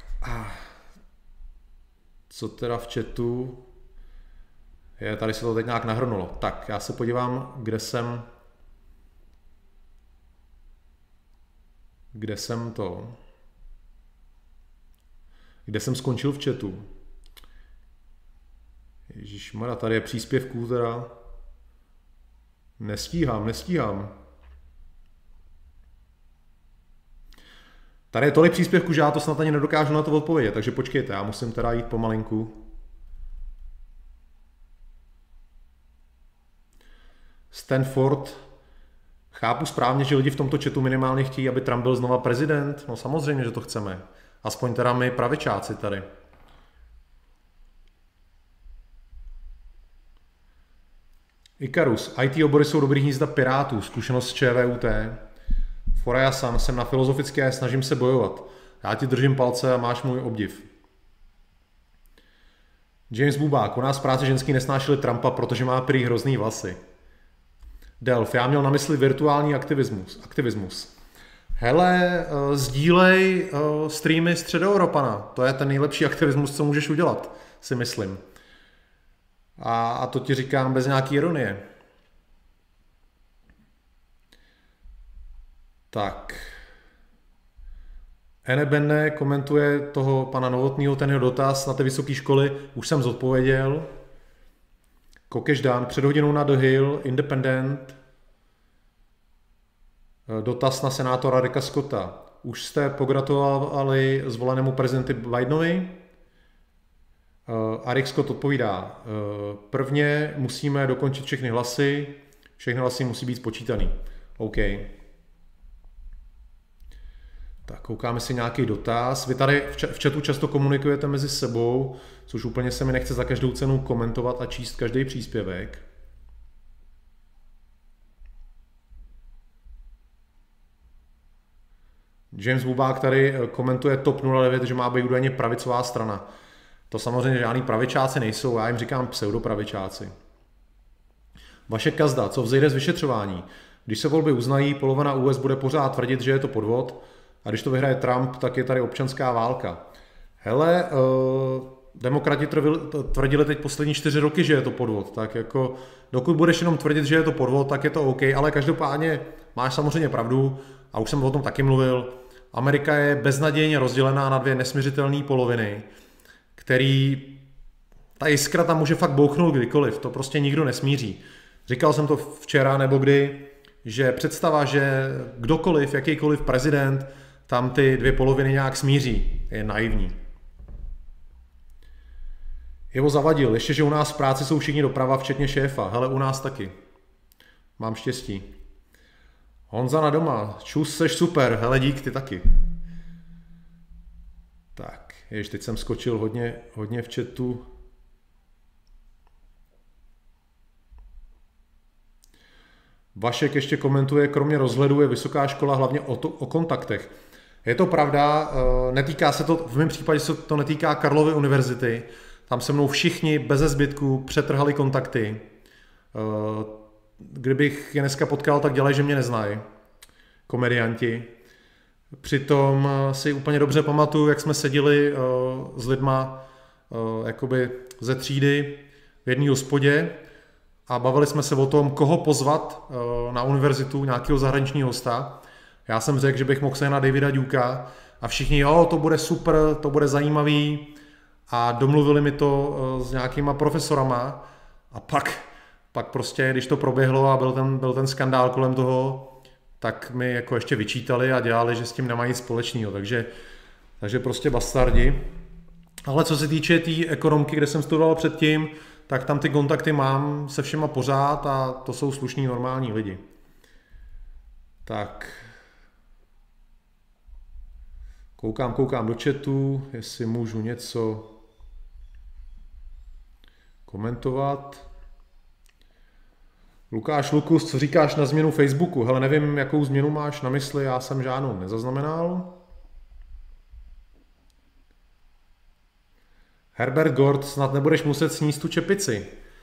co teda v chatu? Tady se to teď nějak nahrnulo. Tak, já se podívám, kde jsem skončil v chatu. Ježišmarja, tady je příspěvků teda. Nestíhám. Tady je tolik příspěvků, že já to snad ani nedokážu na to odpovědět, takže počkejte, já musím teda jít pomalinku. Stanford. Chápu správně, že lidi v tomto chatu minimálně chtějí, aby Trump byl znova prezident? No samozřejmě, že to chceme. Aspoň teda my pravičáci tady. Ikarus. IT obory jsou dobrý hnízda pirátů. Zkušenost z ČVUT. Forajasan. Jsem na filozofické a snažím se bojovat. Já ti držím palce a máš můj obdiv. James Bubák. U nás v práci ženský nesnášeli Trumpa, protože má prý hrozný vlasy. Delf. Já měl na mysli virtuální aktivismus. Hele, sdílej streamy Středoevropana. To je ten nejlepší aktivismus, co můžeš udělat, si myslím. A to ti říkám bez nějaký ironie. Tak. Enebenne komentuje toho pana Novotného, ten jeho dotaz na ty vysoké školy. Už jsem zodpověděl. Kokeš Dan, před hodinou na The Hill, Independent. Dotaz na senátora Ricka Scotta. Už jste pogratulovali zvolenému prezidentu Bidenovi? A Rick Scott odpovídá. Prvně musíme dokončit všechny hlasy musí být spočítaný. OK. Tak koukáme si nějaký dotaz. Vy tady v chatu často komunikujete mezi sebou, což úplně se mi nechce za každou cenu komentovat a číst každý příspěvek. James Bubák tady komentuje TOP 09, že má být údajně pravicová strana. To samozřejmě žádný pravičáci nejsou, já jim říkám pseudopravičáci. Vaše Kazda, co vzejde z vyšetřování? Když se volby uznají, polovina US bude pořád tvrdit, že je to podvod, a když to vyhraje Trump, tak je tady občanská válka. Hele, demokrati tvrdili teď poslední 4 roky, že je to podvod, tak jako dokud budeš jenom tvrdit, že je to podvod, tak je to OK, ale každopádně máš samozřejmě pravdu, a už jsem o tom taky mluvil, Amerika je beznadějně rozdělená na 2 nesmiřitelné poloviny, který ta jiskra tam může fakt bouchnout kdykoliv, to prostě nikdo nesmíří. Říkal jsem to včera nebo kdy, že představa, že kdokoliv, jakýkoliv prezident tam ty 2 poloviny nějak smíří, je naivní. Ivo Zavadil, ještě, že u nás v práci jsou všichni doprava, včetně šéfa. Hele, u nás taky. Mám štěstí. Honza na doma. Čus, seš super. Hele, dík, ty taky. Tak, teď jsem skočil hodně v chatu. Vašek ještě komentuje, kromě rozhledu je vysoká škola hlavně o kontaktech. Je to pravda, netýká se to, v mém případě se to netýká Karlovy univerzity. Tam se mnou všichni beze zbytku přetrhali kontakty. Kdybych je dneska potkal, tak dělají, že mě neznají. Komedianti. Přitom si úplně dobře pamatuju, jak jsme seděli s lidma jakoby ze třídy v jedné hospodě a bavili jsme se o tom, koho pozvat na univerzitu, nějakého zahraničního hosta. Já jsem řekl, že bych mohl sehnat Davida Duka a všichni, jo, to bude super, to bude zajímavý a domluvili mi to s nějakýma profesorama a pak prostě, když to proběhlo a byl ten skandál kolem toho, tak mi jako ještě vyčítali a dělali, že s tím nemají nic společného, takže prostě bastardi. Ale co se týče té ekonomky, kde jsem studoval předtím, tak tam ty kontakty mám se všema pořád a to jsou slušní normální lidi. Tak. Koukám do chatu, jestli můžu něco komentovat. Lukáš Lukus, co říkáš na změnu Facebooku? Hele, nevím, jakou změnu máš na mysli, já jsem žádnou nezaznamenal. Herbert Gord, snad nebudeš muset sníst tu čepici.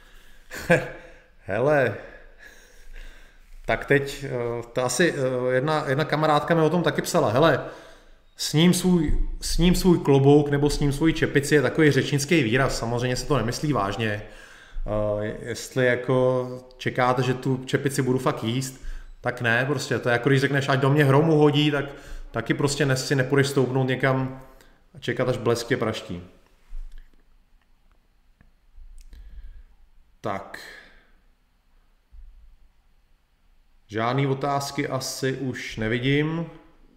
Hele, tak teď, to asi jedna kamarádka mi o tom taky psala, hele, s ním svůj klobouk nebo s ním svůj čepici je takový řečnický výraz, samozřejmě se to nemyslí vážně. Jestli jako čekáte, že tu čepici budu fakt jíst, tak ne, prostě to je jako když řekneš, ať do mě hromu hodí, tak taky prostě dnes si nepůjdeš stoupnout někam a čekat, až blesk tě praští. Tak. Žádný otázky asi už nevidím.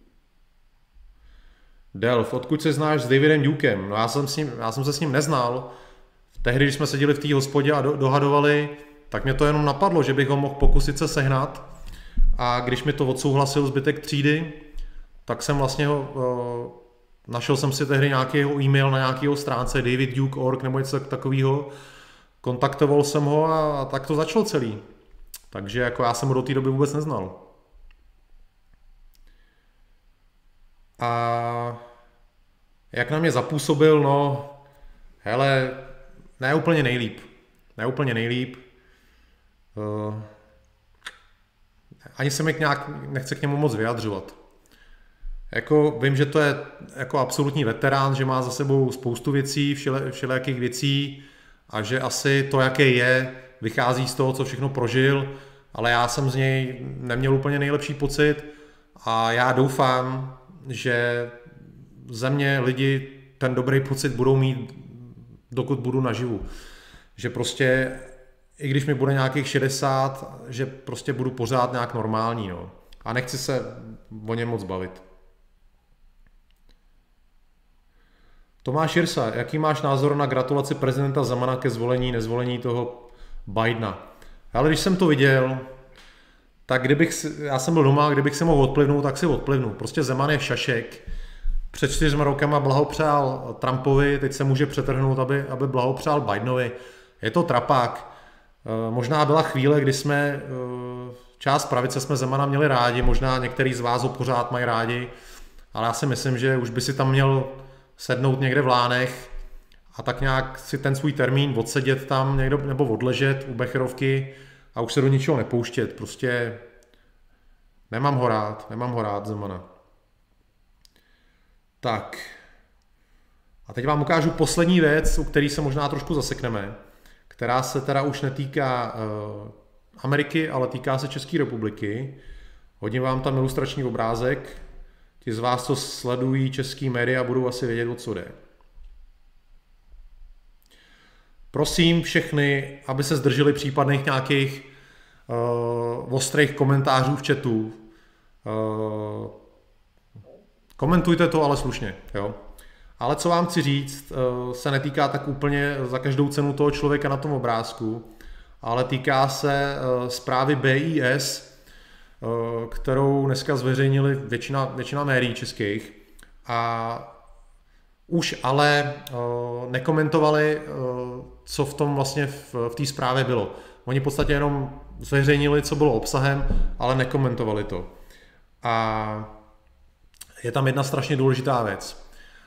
Delf, odkud se znáš s Davidem Dukem? No já jsem se s ním neznal. Tehdy, když jsme seděli v té hospodě a dohadovali, tak mě to jenom napadlo, že bych ho mohl pokusit se sehnat. A když mi to odsouhlasil zbytek třídy, tak jsem vlastně našel jsem si tehdy nějaký e-mail na nějakého stránce davidduke.org nebo něco takového. Kontaktoval jsem ho a tak to začalo celý. Takže jako já jsem ho do té doby vůbec neznal. A jak na mě zapůsobil, no, hele, ne úplně nejlíp. Ani se mi nechce k němu moc vyjadřovat. Jako vím, že to je jako absolutní veterán, že má za sebou spoustu věcí, všelijakých věcí a že asi to, jaký je, vychází z toho, co všechno prožil, ale já jsem z něj neměl úplně nejlepší pocit a já doufám, že ze mě lidi ten dobrý pocit budou mít, dokud budu naživu. Že prostě, i když mi bude nějakých 60, že prostě budu pořád nějak normální. No. A nechci se o něm moc bavit. Tomáš Jirsa, jaký máš názor na gratulaci prezidenta Zemana ke nezvolení toho Bidena? Ale když jsem to viděl, tak já jsem byl doma, kdybych se mohl odplivnout, tak si odplivnu. Prostě Zeman je šašek. Před 4 rokama blahopřál Trumpovi, teď se může přetrhnout, aby blahopřál Bidenovi. Je to trapák. Možná byla chvíle, kdy jsme, část pravice jsme Zemana měli rádi, možná některý z vás ho pořád mají rádi, ale já si myslím, že už by si tam měl sednout někde v Lánech a tak nějak si ten svůj termín odsedět tam někdo, nebo odležet u Becherovky a už se do ničeho nepouštět. Prostě nemám ho rád Zemana. Tak. A teď vám ukážu poslední věc, u které se možná trošku zasekneme, která se teda už netýká Ameriky, ale týká se České republiky. Hodím vám tam ilustrační obrázek. Ti z vás, co sledují český média, budou asi vědět, o co jde. Prosím všechny, aby se zdrželi případných nějakých ostrých komentářů v chatu. Komentujte to, ale slušně. Jo? Ale co vám chci říct, se netýká tak úplně za každou cenu toho člověka na tom obrázku, ale týká se zprávy BIS, kterou dneska zveřejnili většina médií českých a už ale nekomentovali, co v tom vlastně v té zprávě bylo. Oni v podstatě jenom zveřejnili, co bylo obsahem, ale nekomentovali to. A je tam jedna strašně důležitá věc.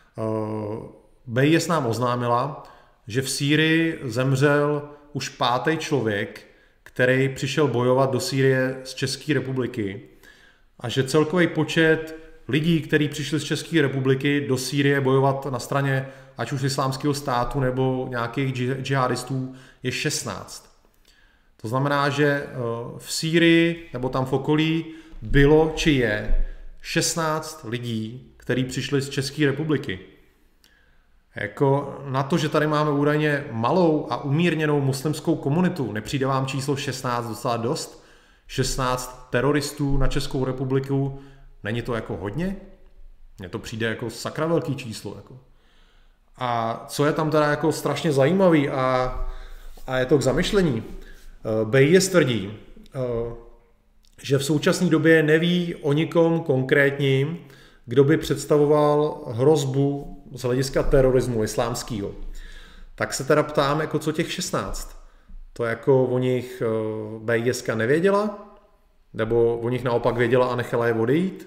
BIS nám oznámila, že v Sýrii zemřel už 5. člověk, který přišel bojovat do Sýrie z České republiky a že celkový počet lidí, kteří přišli z České republiky do Sýrie bojovat na straně ať už Islámského státu nebo nějakých džihadistů je 16. To znamená, že v Sýrii nebo tam v okolí bylo či je 16 lidí, kteří přišli z České republiky. Jako na to, že tady máme údajně malou a umírněnou muslimskou komunitu, nepřijde vám číslo 16 docela dost? 16 teroristů na Českou republiku, není to jako hodně? Mně to přijde jako sakra velký číslo. Jako. A co je tam teda jako strašně zajímavý a je to k zamyšlení. BIS tvrdí, že v současné době neví o nikom konkrétním, kdo by představoval hrozbu z hlediska terorismu islámského. Tak se teda ptám, jako co těch 16? To jako o nich BISka nevěděla? Nebo o nich naopak věděla a nechala je odejít?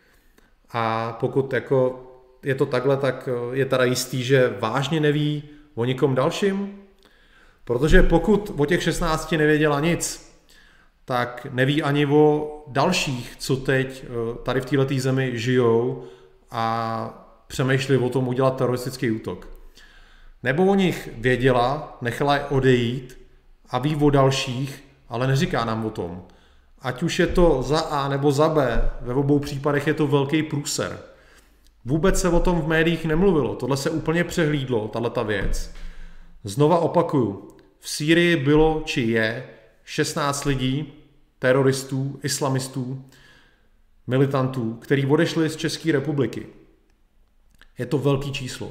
A pokud jako je to takhle, tak je teda jistý, že vážně neví o nikom dalším? Protože pokud o těch 16 nevěděla nic, tak neví ani o dalších, co teď tady v této zemi žijou a přemýšlí o tom udělat teroristický útok. Nebo o nich věděla, nechala je odejít a ví o dalších, ale neříká nám o tom. Ať už je to za A nebo za B, ve obou případech je to velký průser. Vůbec se o tom v médiích nemluvilo, tohle se úplně přehlídlo, tato věc. Znova opakuju, v Sýrii bylo či je 16 lidí, teroristů, islamistů, militantů, kteří odešli z České republiky. Je to velký číslo.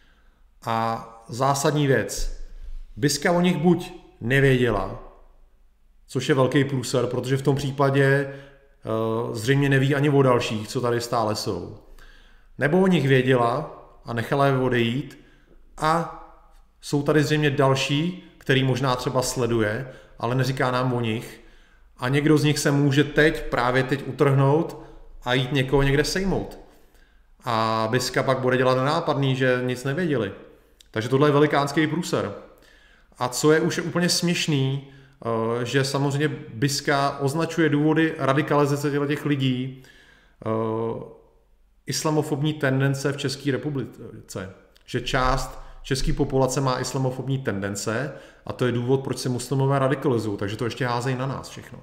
A zásadní věc. BISka o nich buď nevěděla, což je velký průser, protože v tom případě zřejmě neví ani o dalších, co tady stále jsou. Nebo o nich věděla a nechala je odejít a jsou tady zřejmě další, který možná třeba sleduje, ale neříká nám o nich. A někdo z nich se může právě teď utrhnout a jít někoho někde sejmout. A BISka pak bude dělat nenápadný, že nic nevěděli. Takže tohle je velikánský průser. A co je už úplně směšný, že samozřejmě BISka označuje důvody radikalizace těch lidí, islamofobní tendence v České republice. Že část české populace má islamofobní tendence a to je důvod, proč se muslimové radikalizují, takže to ještě házejí na nás všechno.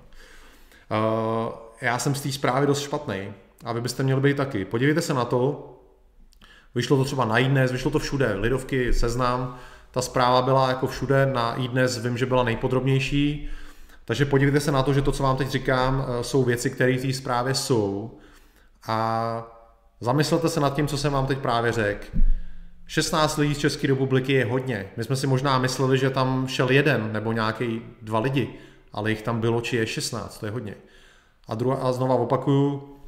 Já jsem z té zprávy dost špatnej a vy byste měli být taky. Podívejte se na to, vyšlo to třeba na iDnes, vyšlo to všude, Lidovky, Seznam, ta zpráva byla jako všude, na iDnes vím, že byla nejpodrobnější, takže podívejte se na to, že to, co vám teď říkám, jsou věci, které v té zprávě jsou a zamyslete se nad tím, co jsem vám teď právě řekl. 16 lidí z České republiky je hodně. My jsme si možná mysleli, že tam šel jeden nebo nějaký 2 lidi, ale jich tam bylo, či je 16, to je hodně. A znova opakuju,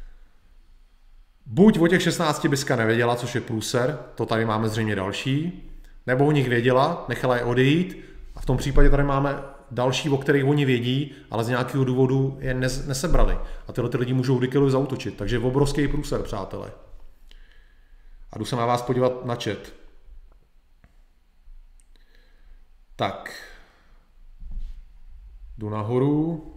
buď o těch 16 BISka nevěděla, což je průser, to tady máme zřejmě další, nebo o nich věděla, nechala je odejít a v tom případě tady máme další, o kterých oni vědí, ale z nějakého důvodu je nesebrali. A tyhle lidi můžou kdykoliv zaútočit, takže obrovský průser, přátelé. A jdu se na vás podívat na chat. Tak. Jdu nahoru.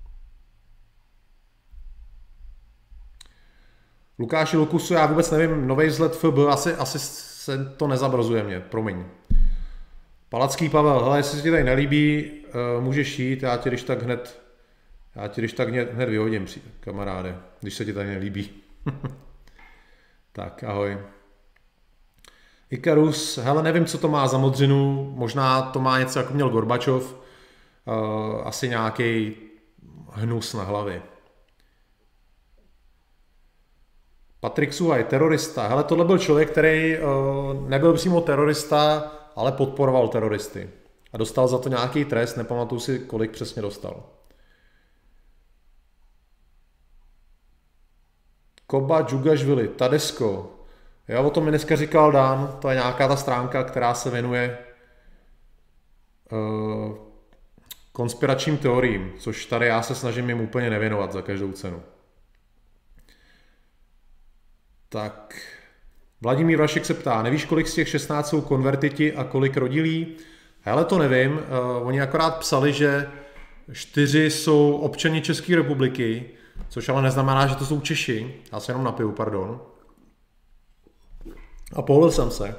Lukáši Lukusu, já vůbec nevím, nový vzhled FB, asi se to nezabrazuje mě, promiň. Palacký Pavel, hele, jestli se ti tady nelíbí, můžeš jít, já ti když tak hned vyhodím, kamaráde, když se ti tady nelíbí. Tak, ahoj. Ikarus, hele, nevím, co to má za modřinu, možná to má něco, jako měl Gorbačov, asi nějaký hnus na hlavě. Patrik Suhaj, terorista. Hele, tohle byl člověk, který nebyl přímo terorista, ale podporoval teroristy. a dostal za to nějaký trest, nepamatuju si, kolik přesně dostal. Koba Džugašvili, Tadesko. Já o tom mi dneska říkal Dan, to je nějaká ta stránka, která se věnuje konspiračním teoriím, což tady já se snažím jim úplně nevěnovat za každou cenu. Tak, Vladimír Vašek se ptá, nevíš, kolik z těch 16 jsou konvertiti a kolik rodilí? Hele, to nevím, oni akorát psali, že 4 jsou občani České republiky, což ale neznamená, že to jsou Češi, já se jenom napiju, pardon. A pohlil jsem se.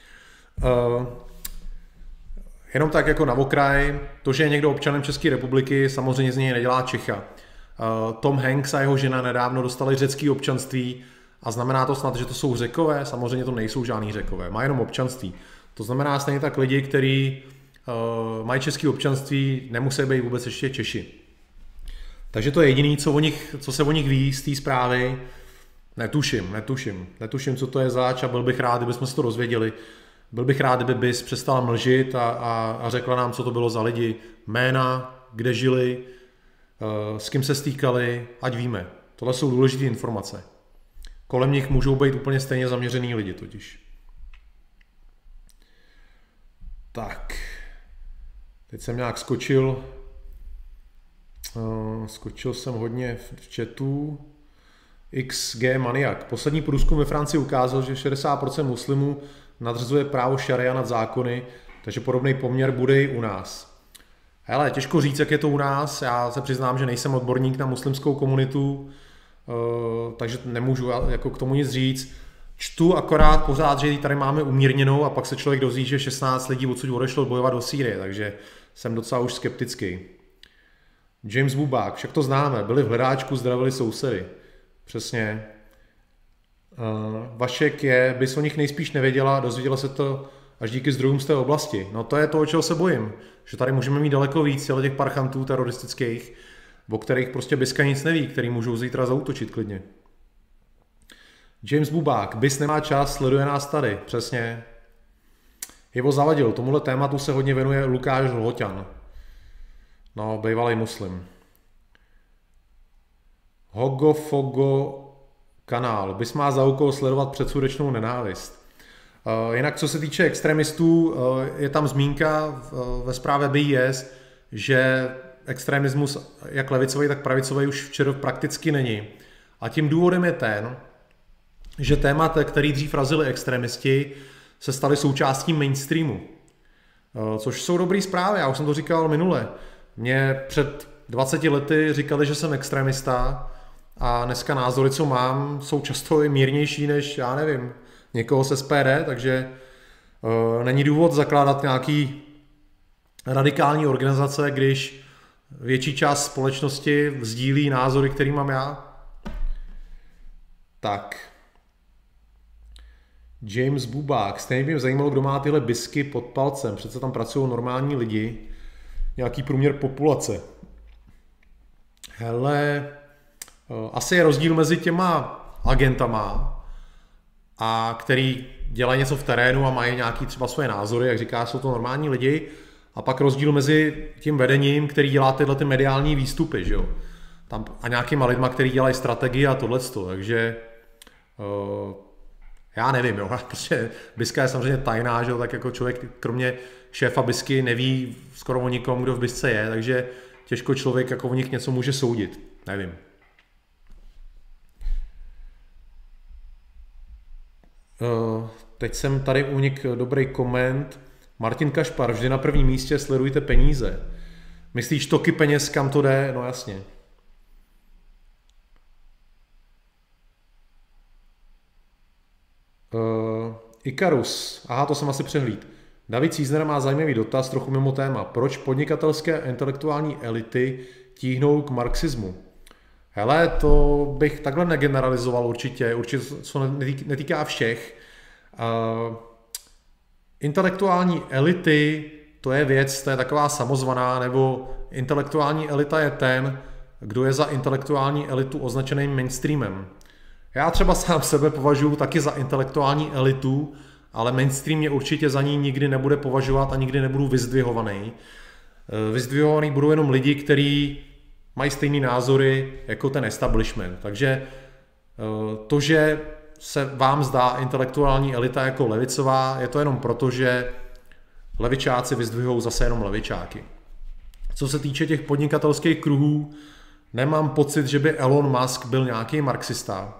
Jenom tak jako na okraj, to, že je někdo občanem České republiky, samozřejmě z něj nedělá Čecha. Tom Hanks a jeho žena nedávno dostali řecké občanství a znamená to snad, že to jsou Řekové? Samozřejmě to nejsou žádný Řekové, má jenom občanství. To znamená stejně tak lidi, kteří mají české občanství, nemusí být vůbec ještě Češi. Takže to je jediné, co se o nich ví z té zprávy. Netuším, co to je zač a byl bych rád, kdybychom se to dozvěděli. Byl bych rád, kdyby BIS přestala mlžit a řekla nám, co to bylo za lidi, jména, kde žili, s kým se stýkali, ať víme. Tohle jsou důležité informace. Kolem nich můžou být úplně stejně zaměřený lidi totiž. Tak, teď jsem nějak skočil jsem hodně v chatu. XG Maniak. Poslední průzkum ve Francii ukázal, že 60% muslimů nadřazuje právo šaria nad zákony, takže podobný poměr bude i u nás. Hele, těžko říct, jak je to u nás. Já se přiznám, že nejsem odborník na muslimskou komunitu, takže nemůžu jako k tomu nic říct. Čtu akorát pořád, že ji tady máme umírněnou a pak se člověk dozví, že 16 lidí odsud odešlo bojovat do Sýrie, takže jsem docela už skeptický. James Bubák, však to známe, byli v hledáčku, zdravili sousedy. Přesně. Vašek je, bys o nich nejspíš nevěděla, dozvěděla se to až díky zdrojům z té oblasti. No to je to, o čeho se bojím. Že tady můžeme mít daleko víc těch parchantů teroristických, o kterých prostě Biska nic neví, který můžou zítra zaútočit klidně. James Bubák, BIS nemá čas, sleduje nás tady. Přesně. Ivo Zavadil, tomuhle tématu se hodně věnuje Lukáš Lhoťan. No, bývalý muslim. Hogofogo kanál. BIS má za úkol sledovat předsudečnou nenávist. Jinak co se týče extremistů, je tam zmínka ve zprávě BIS, že extremismus jak levicový, tak pravicový už včera prakticky není. A tím důvodem je ten, že témata, který dřív razili extremisti, se staly součástí mainstreamu. Což jsou dobrý zprávy, já už jsem to říkal minule. Mě před 20 lety říkali, že jsem extremista a dneska názory, co mám, jsou často i mírnější než, já nevím, někoho z SPD, takže není důvod zakládat nějaký radikální organizace, když větší část společnosti sdílí názory, který mám já. Tak. James Bubák. Stejně by mě zajímalo, kdo má tyhle bisky pod palcem. Přece tam pracují normální lidi. Nějaký průměr populace. Hele, asi je rozdíl mezi těma agentama, a který dělají něco v terénu a mají nějaký třeba svoje názory, jak říká, jsou to normální lidi, a pak rozdíl mezi tím vedením, který dělá tyhle ty mediální výstupy, že jo? Tam, a nějakýma lidma, který dělají strategii a tohleto, takže já nevím, jo, prostě Biska je samozřejmě tajná, že jo, tak jako člověk kromě šéfa Bisky neví skoro o nikom, kdo v Bisce je, takže těžko člověk jako o nich něco může soudit, nevím. Teď jsem tady unikl dobrý koment. Martin Kašpar, vždy na prvním místě sledujte peníze. Myslíš toky peněz, kam to jde? No jasně. Ikarus, aha, to jsem asi přehlíd. David Cízner má zajímavý dotaz, trochu mimo téma. Proč podnikatelské a intelektuální elity tíhnou k marxismu? Hele, to bych takhle negeneralizoval určitě co netýká všech. Intelektuální elity, to je věc, to je taková samozvaná, nebo intelektuální elita je ten, kdo je za intelektuální elitu označený mainstreamem. Já třeba sám sebe považuji taky za intelektuální elitu, ale mainstream mě určitě za ní nikdy nebude považovat a nikdy nebudu vyzdvihovaný. Vyzdvihovaný budou jenom lidi, kteří mají stejné názory jako ten establishment. Takže to, že se vám zdá intelektuální elita jako levicová, je to jenom proto, že levičáci vyzdvihují zase jenom levičáky. Co se týče těch podnikatelských kruhů, nemám pocit, že by Elon Musk byl nějaký marxista.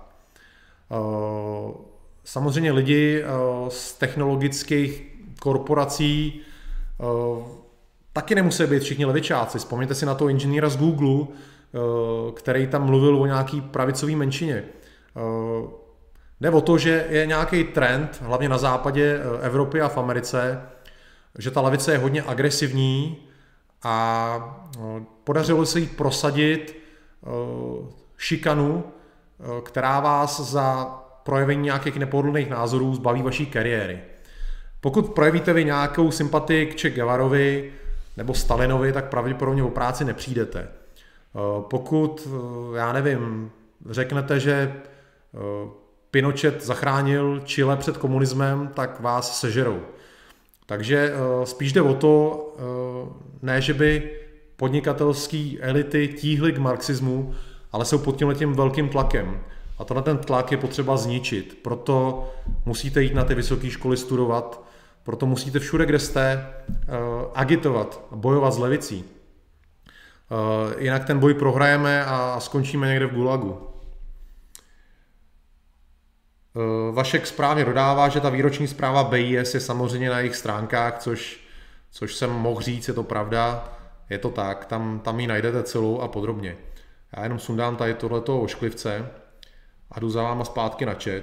Samozřejmě lidi z technologických korporací taky nemusí být všichni levičáci. Vzpomněte si na toho inženýra z Google, který tam mluvil o nějaký pravicový menšině. Jde o to, že je nějaký trend, hlavně na západě Evropy a v Americe, že ta levice je hodně agresivní a podařilo se jí prosadit šikanu, která vás za projevení nějakých nepohodlných názorů zbaví vaší kariéry. Pokud projevíte vy nějakou sympatii k Che Guevarovi nebo Stalinovi, tak pravděpodobně o práci nepřijdete. Pokud, já nevím, řeknete, že Pinochet zachránil Chile před komunismem, tak vás sežerou. Takže spíš jde o to, ne, že by podnikatelské elity tíhly k marxismu, ale jsou pod tímhletím velkým tlakem. A tenhle ten tlak je potřeba zničit. Proto musíte jít na ty vysoké školy studovat, proto musíte všude, kde jste, agitovat, bojovat s levicí. Jinak ten boj prohrajeme a skončíme někde v gulagu. Vašek správně dodává, že ta výroční zpráva BIS je samozřejmě na jejich stránkách, což jsem mohl říct, je to pravda, je to tak, tam ji najdete celou a podrobně. Já jenom sundám tady tohleto ošklivce a jdu za váma zpátky na chat.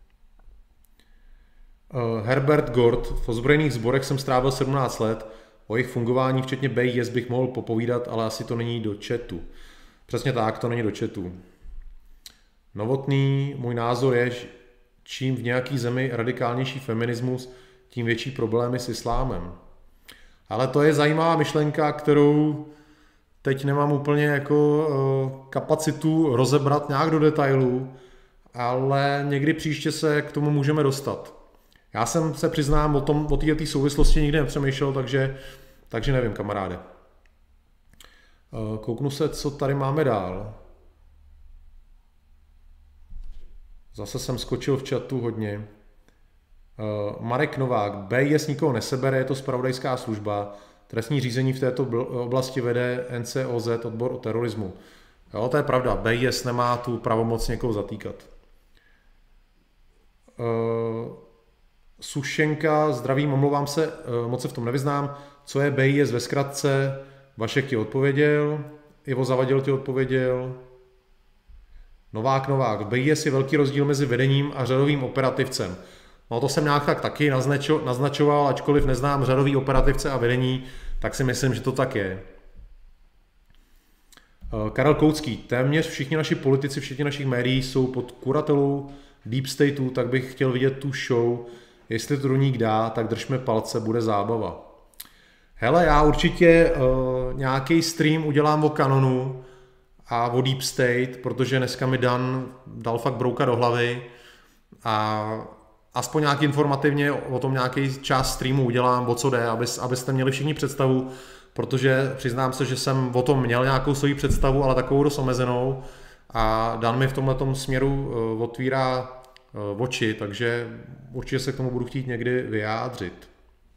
Herbert Gord, v ozbrojených sborech jsem strávil 17 let, o jejich fungování včetně BIS bych mohl popovídat, ale asi to není do chatu. Přesně tak, to není do chatu. Novotný, můj názor je, čím v nějaký zemi radikálnější feminismus, tím větší problémy s islámem. Ale to je zajímavá myšlenka, kterou teď nemám úplně jako kapacitu rozebrat nějak do detailů, ale někdy příště se k tomu můžeme dostat. Já jsem se přiznám o této souvislosti nikdy nepřemýšlel, takže nevím, kamaráde. Kouknu se, co tady máme dál. Zase jsem skočil v chatu hodně. Marek Novák, BIS nikoho nesebere, je to zpravodajská služba. Trestní řízení v této oblasti vede NCOZ, odbor o terorismu. Jo, to je pravda, BIS nemá tu pravomoc někoho zatýkat. Sušenka, zdravím, omlouvám se, moc se v tom nevyznám. Co je BIS ve zkratce? Vašek ti odpověděl, Ivo Zavadil ti odpověděl. Novák, BIS je velký rozdíl mezi vedením a řadovým operativcem. No to jsem nějak tak taky naznačoval, ačkoliv neznám řadový operativce a vedení, tak si myslím, že to tak je. Karel Koucký, téměř všichni naši politici, všichni našich médií jsou pod kuratelou Deep Stateu, tak bych chtěl vidět tu show. Jestli to do ní dá, tak držme palce, bude zábava. Hele, já určitě nějaký stream udělám o Canonu a o Deep State, protože dneska mi Dan dal fakt brouka do hlavy a aspoň nějak informativně o tom nějaký část streamu udělám, o co jde, abyste měli všichni představu, protože přiznám se, že jsem o tom měl nějakou svoji představu, ale takovou dost omezenou a Dan mi v tomhletom směru otvírá oči, takže určitě se k tomu budu chtít někdy vyjádřit.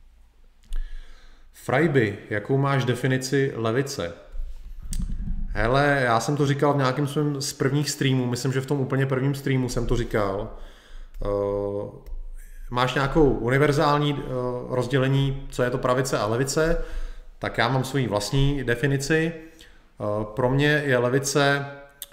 Frajby, jakou máš definici levice? Hele, já jsem to říkal v nějakém svém z prvních streamů, myslím, že v tom úplně prvním streamu jsem to říkal. Máš nějakou univerzální rozdělení, co je to pravice a levice, tak já mám svoji vlastní definici. Pro mě je levice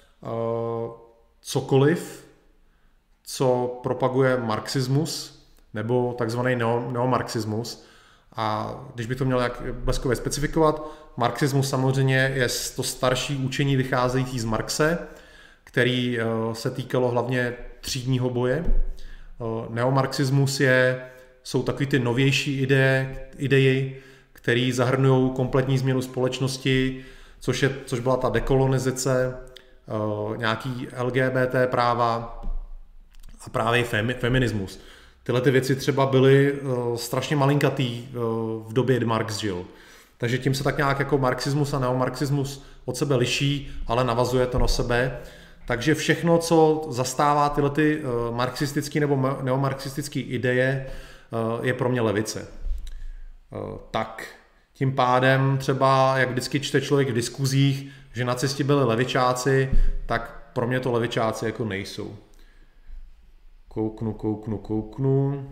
cokoliv, co propaguje marxismus nebo takzvaný neomarxismus. A když by to měl jak bleskově specifikovat, marxismus samozřejmě je to starší učení vycházející z Marxe, který se týkalo hlavně třídního boje. Neomarxismus jsou takový ty novější ideje, které zahrnují kompletní změnu společnosti, což byla ta dekolonizace, nějaký LGBT práva a právě feminismus. tyhle ty věci třeba byly strašně malinkatý v době, kdy Marx žil. Takže tím se tak nějak jako marxismus a neomarxismus od sebe liší, ale navazuje to na sebe. Takže všechno, co zastává tyhle ty marxistické nebo neomarxistické ideje, je pro mě levice. Tak tím pádem třeba, jak vždycky čte člověk v diskuzích, že nacisti byli levičáci, tak pro mě to levičáci jako nejsou. Kouknu.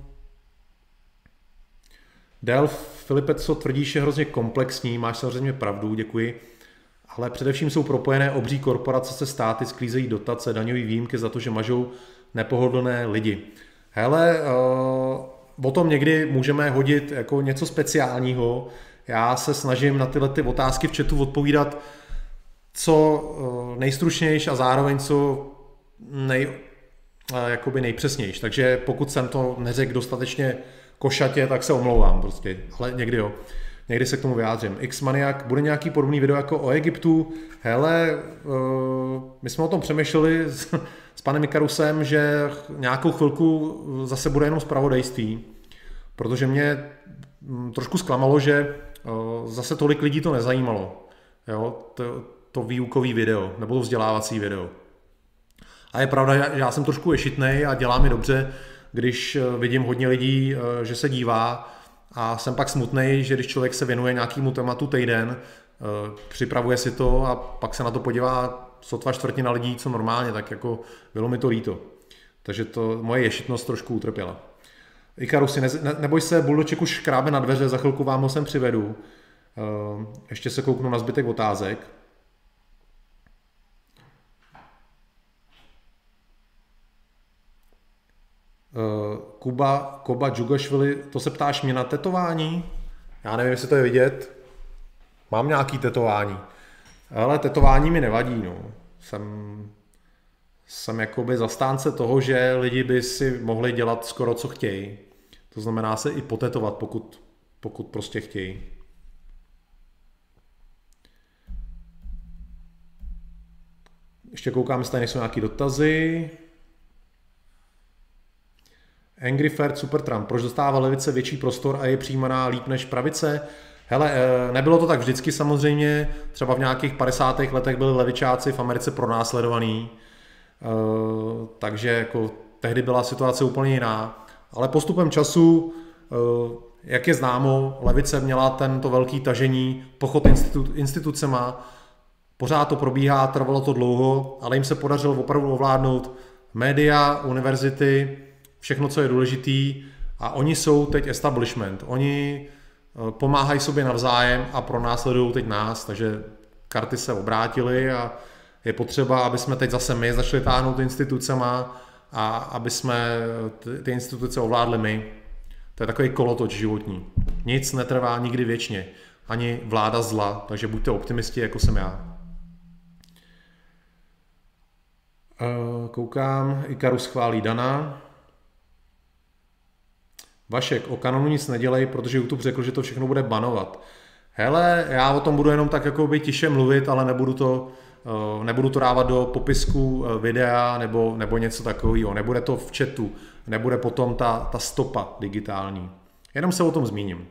Del Filipe, co tvrdíš, je hrozně komplexní, máš samozřejmě pravdu, děkuji, ale především jsou propojené obří korporace se státy, sklízejí dotace, daňové výjimky za to, že mažou nepohodlné lidi. Hele, o tom někdy můžeme hodit jako něco speciálního. Já se snažím na tyhle ty otázky v chatu odpovídat co nejstručnější a zároveň co nejpřesnější. Takže pokud jsem to neřekl dostatečně košatě, tak se omlouvám prostě, ale někdy jo. Někdy se k tomu vyjádřím. X-Maniak, bude nějaký podobný video jako o Egyptu? Hele, my jsme o tom přemýšleli s panem Ikarusem, že nějakou chvilku zase bude jenom zpravodajství, protože mě trošku zklamalo, že zase tolik lidí to nezajímalo. Jo? To výukový video, nebo to vzdělávací video. A je pravda, že já jsem trošku ješitnej a dělá mi dobře, když vidím hodně lidí, že se dívá, a jsem pak smutnej, že když člověk se věnuje nějakému tématu týden, připravuje si to a pak se na to podívá sotva čtvrtina lidí, co normálně, tak jako bylo mi to líto. Takže to moje ješitnost trošku utrpěla. Ikarusi, neboj se, Buldoček už škrábe na dveře, za chvilku vám ho sem přivedu. Ještě se kouknu na zbytek otázek. Koba Džugašvili, to se ptáš mě na tetování? Já nevím, jestli to je vidět. Mám nějaký tetování. Ale tetování mi nevadí, no. Jsem jakoby zastánce toho, že lidi by si mohli dělat skoro co chtějí. To znamená se i potetovat, pokud prostě chtějí. Ještě koukám, jestli tady nejsou nějaký dotazy. Angry Fair Super Trump. Proč dostává levice větší prostor a je přijímaná líp než pravice? Hele, nebylo to tak vždycky samozřejmě. Třeba v nějakých 50. letech byli levičáci v Americe pronásledovaní. Takže jako tehdy byla situace úplně jiná. Ale postupem času, jak je známo, levice měla tento velký tažení, pochod institucema. Pořád to probíhá, trvalo to dlouho, ale jim se podařilo opravdu ovládnout média, univerzity, všechno, co je důležitý, a oni jsou teď establishment. Oni pomáhají sobě navzájem a pronásledují teď nás, takže karty se obrátily a je potřeba, aby jsme teď zase my začali táhnout institucema a aby jsme ty instituce ovládli my. To je takový kolotoč životní. Nic netrvá nikdy věčně, ani vláda zla, takže buďte optimisti, jako jsem já. Koukám, Ikarus chválí Dana. Vašek, o kanonu nic nedělej, protože YouTube řekl, že to všechno bude banovat. Hele, já o tom budu jenom tak jako by tiše mluvit, ale nebudu to dávat do popisku videa nebo něco takového. Nebude to v chatu, nebude potom ta stopa digitální. Jenom se o tom zmíním.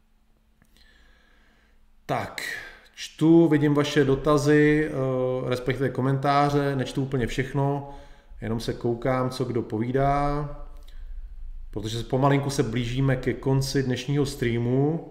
Tak, vidím vaše dotazy, respektive komentáře, nečtu úplně všechno, jenom se koukám, co kdo povídá. Protože pomalinku se blížíme ke konci dnešního streamu.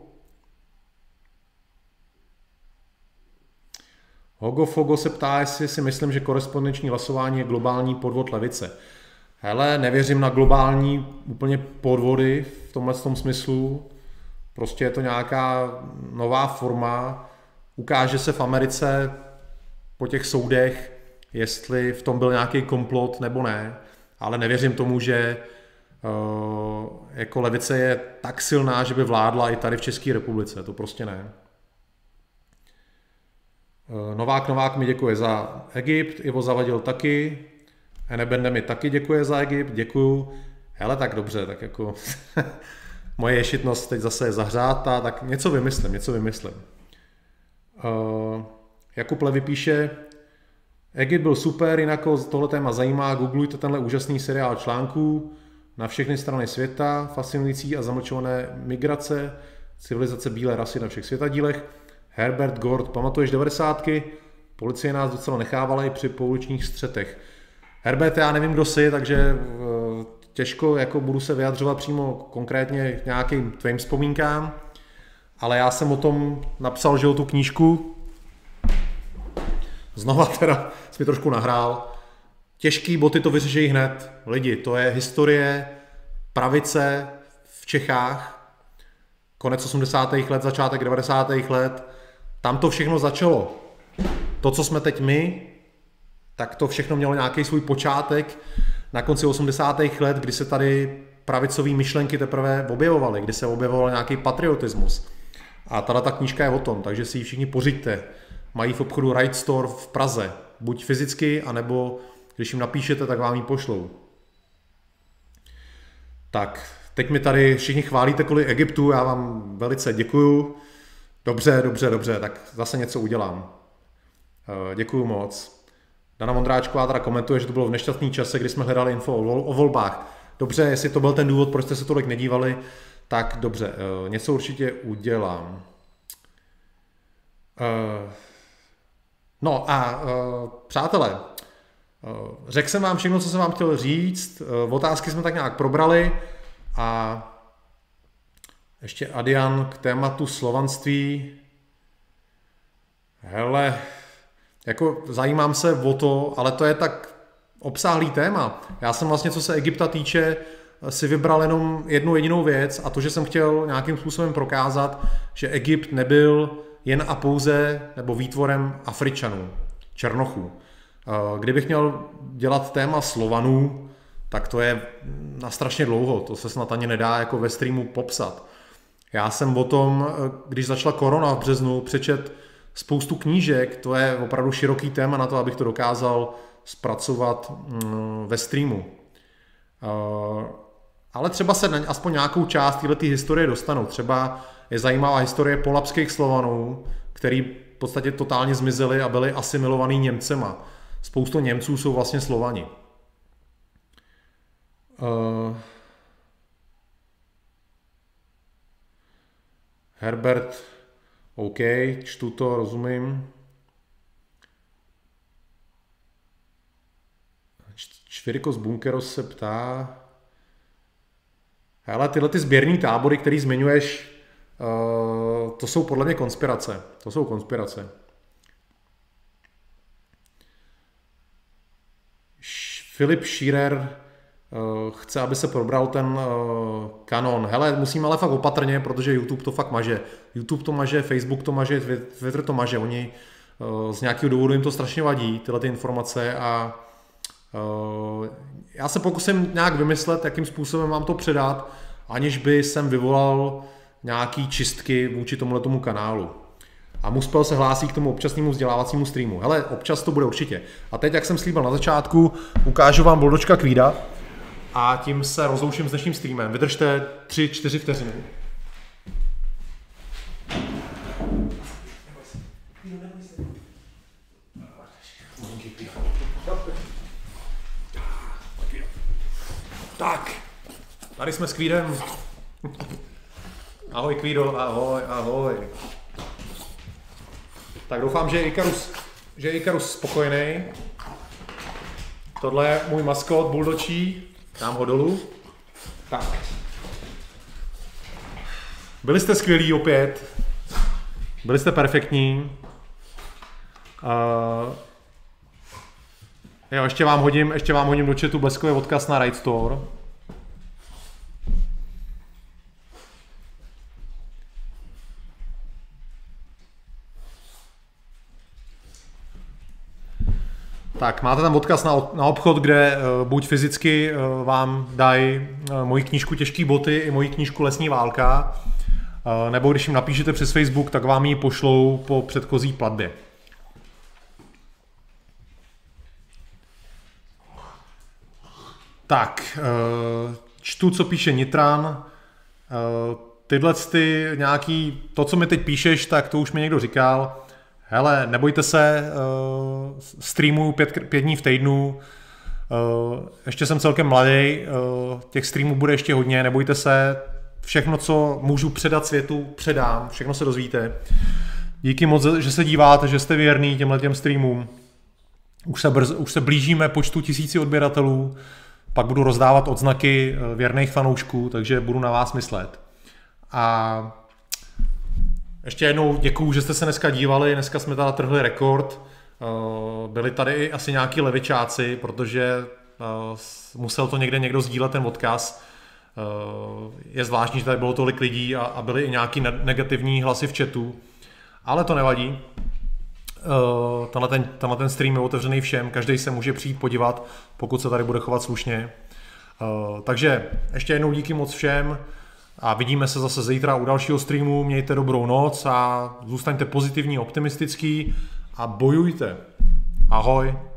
Hogofogo se ptá, jestli si myslím, že korespondenční hlasování je globální podvod levice. Hele, nevěřím na globální úplně podvody v tomhle smyslu. Prostě je to nějaká nová forma. Ukáže se v Americe po těch soudech, jestli v tom byl nějaký komplot nebo ne. Ale nevěřím tomu, že jako levice je tak silná, že by vládla i tady v České republice. To prostě ne. Novák mi děkuje za Egypt, Ivo Zavadil taky, Enebende mi taky děkuje za Egypt, děkuju. Hele, tak dobře, tak jako moje ješitnost teď zase je zahřátá, tak něco vymyslím. Jakub Levy píše, Egypt byl super, jinak tohle téma zajímá, googlujte tenhle úžasný seriál článků, na všechny strany světa, fascinující a zamlčované migrace, civilizace bílé rasy na všech světadílech. Herbert Gord, pamatuješ 90. Policie nás docela nechávala i při pouličních střetech. Herbert, já nevím, kdo jsi, takže těžko jako budu se vyjadřovat přímo konkrétně k nějakým tvým vzpomínkám, ale já jsem o tom napsal, že o tu knížku. Znova teda jsi mi trošku nahrál. Těžký boty to vyřeší hned. Lidi, to je historie pravice v Čechách. Konec 80. let, začátek 90. let. Tam to všechno začalo. To, co jsme teď my, tak to všechno mělo nějaký svůj počátek na konci 80. let, kdy se tady pravicové myšlenky teprve objevovaly, kdy se objevoval nějaký patriotismus. A ta knížka je o tom, takže si ji všichni pořiďte. Mají v obchodu Right Store v Praze. Buď fyzicky, anebo když jim napíšete, tak vám ji pošlou. Tak, teď mi tady všichni chválíte kvůli Egyptu, já vám velice děkuju. Dobře, tak zase něco udělám. Děkuju moc. Dana Vondráčková teda komentuje, že to bylo v nešťastný čase, kdy jsme hledali info o volbách. Dobře, jestli to byl ten důvod, proč jste se tolik nedívali, tak dobře, něco určitě udělám. Přátelé, řekl jsem vám všechno, co jsem vám chtěl říct, otázky jsme tak nějak probrali a ještě Adian k tématu slovanství. Hele, jako zajímám se o to, ale to je tak obsáhlý téma. Já jsem vlastně, co se Egypta týče, si vybral jenom jednu jedinou věc a to, že jsem chtěl nějakým způsobem prokázat, že Egypt nebyl jen a pouze nebo výtvorem Afričanů, Černochů. Kdybych měl dělat téma Slovanů, tak to je na strašně dlouho, to se snad ani nedá jako ve streamu popsat. Já jsem o tom, když začala korona v březnu, přečet spoustu knížek, to je opravdu široký téma na to, abych to dokázal zpracovat ve streamu. Ale třeba se na aspoň nějakou část této historie dostanou. Třeba je zajímavá historie polabských Slovanů, který v podstatě totálně zmizeli a byli asimilovaný Němcema. Spoustu Němců jsou vlastně Slovani. Herbert, OK, čtu to, rozumím. Čvirikos Bunkeros se ptá. Hele, tyhle ty sběrný tábory, který zmiňuješ, to jsou podle mě konspirace. To jsou konspirace. Filip Schirer chce, aby se probral ten kanon. Hele, musíme ale fakt opatrně, protože YouTube to fakt maže. YouTube to maže, Facebook to maže, Twitter to maže. Oni z nějakého důvodu jim to strašně vadí, tyhle ty informace a já se pokusím nějak vymyslet, jakým způsobem vám to předat, aniž by jsem vyvolal nějaký čistky vůči tomuhletomu kanálu. A Muspel se hlásí k tomu občasnému vzdělávacímu streamu. Hele, občas to bude určitě. A teď, jak jsem slíbil na začátku, ukážu vám Buldočka Kvída a tím se rozloučím s dnešním streamem. Vydržte 3-4 vteřiny. Tak, tady jsme s Kvídem. Ahoj Kvído, ahoj. Tak doufám, že je Ikarus spokojený. Tohle je můj maskot buldočí, dám ho dolů. Tak. Byli jste skvělí opět. Byli jste perfektní. Jo, ještě vám hodím do chatu bleskový odkaz na Right Store. Tak, máte tam odkaz na obchod, kde buď fyzicky vám dají moji knížku Těžký boty i moji knížku Lesní válka, nebo když jim napíšete přes Facebook, tak vám ji pošlou po předchozí platbě. Tak, čtu, co píše Nitran. Tyhle nějaký, to, co mi teď píšeš, tak to už mi někdo říkal. Hele, nebojte se, streamuju 5 dní v týdnu, Ještě jsem celkem mladý, těch streamů bude ještě hodně, nebojte se, všechno, co můžu předat světu, předám, všechno se dozvíte. Díky moc, že se díváte, že jste věrný těmhletěm streamům. Už se blížíme počtu 1000 odběratelů, pak budu rozdávat odznaky věrných fanoušků, takže budu na vás myslet. A ještě jednou děkuju, že jste se dneska dívali, dneska jsme teda trhli rekord. Byli tady i asi nějaký levičáci, protože musel to někde někdo sdílet ten odkaz. Je zvláštní, že tady bylo tolik lidí a byly i nějaký negativní hlasy v chatu, ale to nevadí. Tenhle ten stream je otevřený všem, každý se může přijít podívat, pokud se tady bude chovat slušně. Takže ještě jednou díky moc všem a vidíme se zase zítra u dalšího streamu. Mějte dobrou noc a zůstaňte pozitivní, optimistický a bojujte. Ahoj.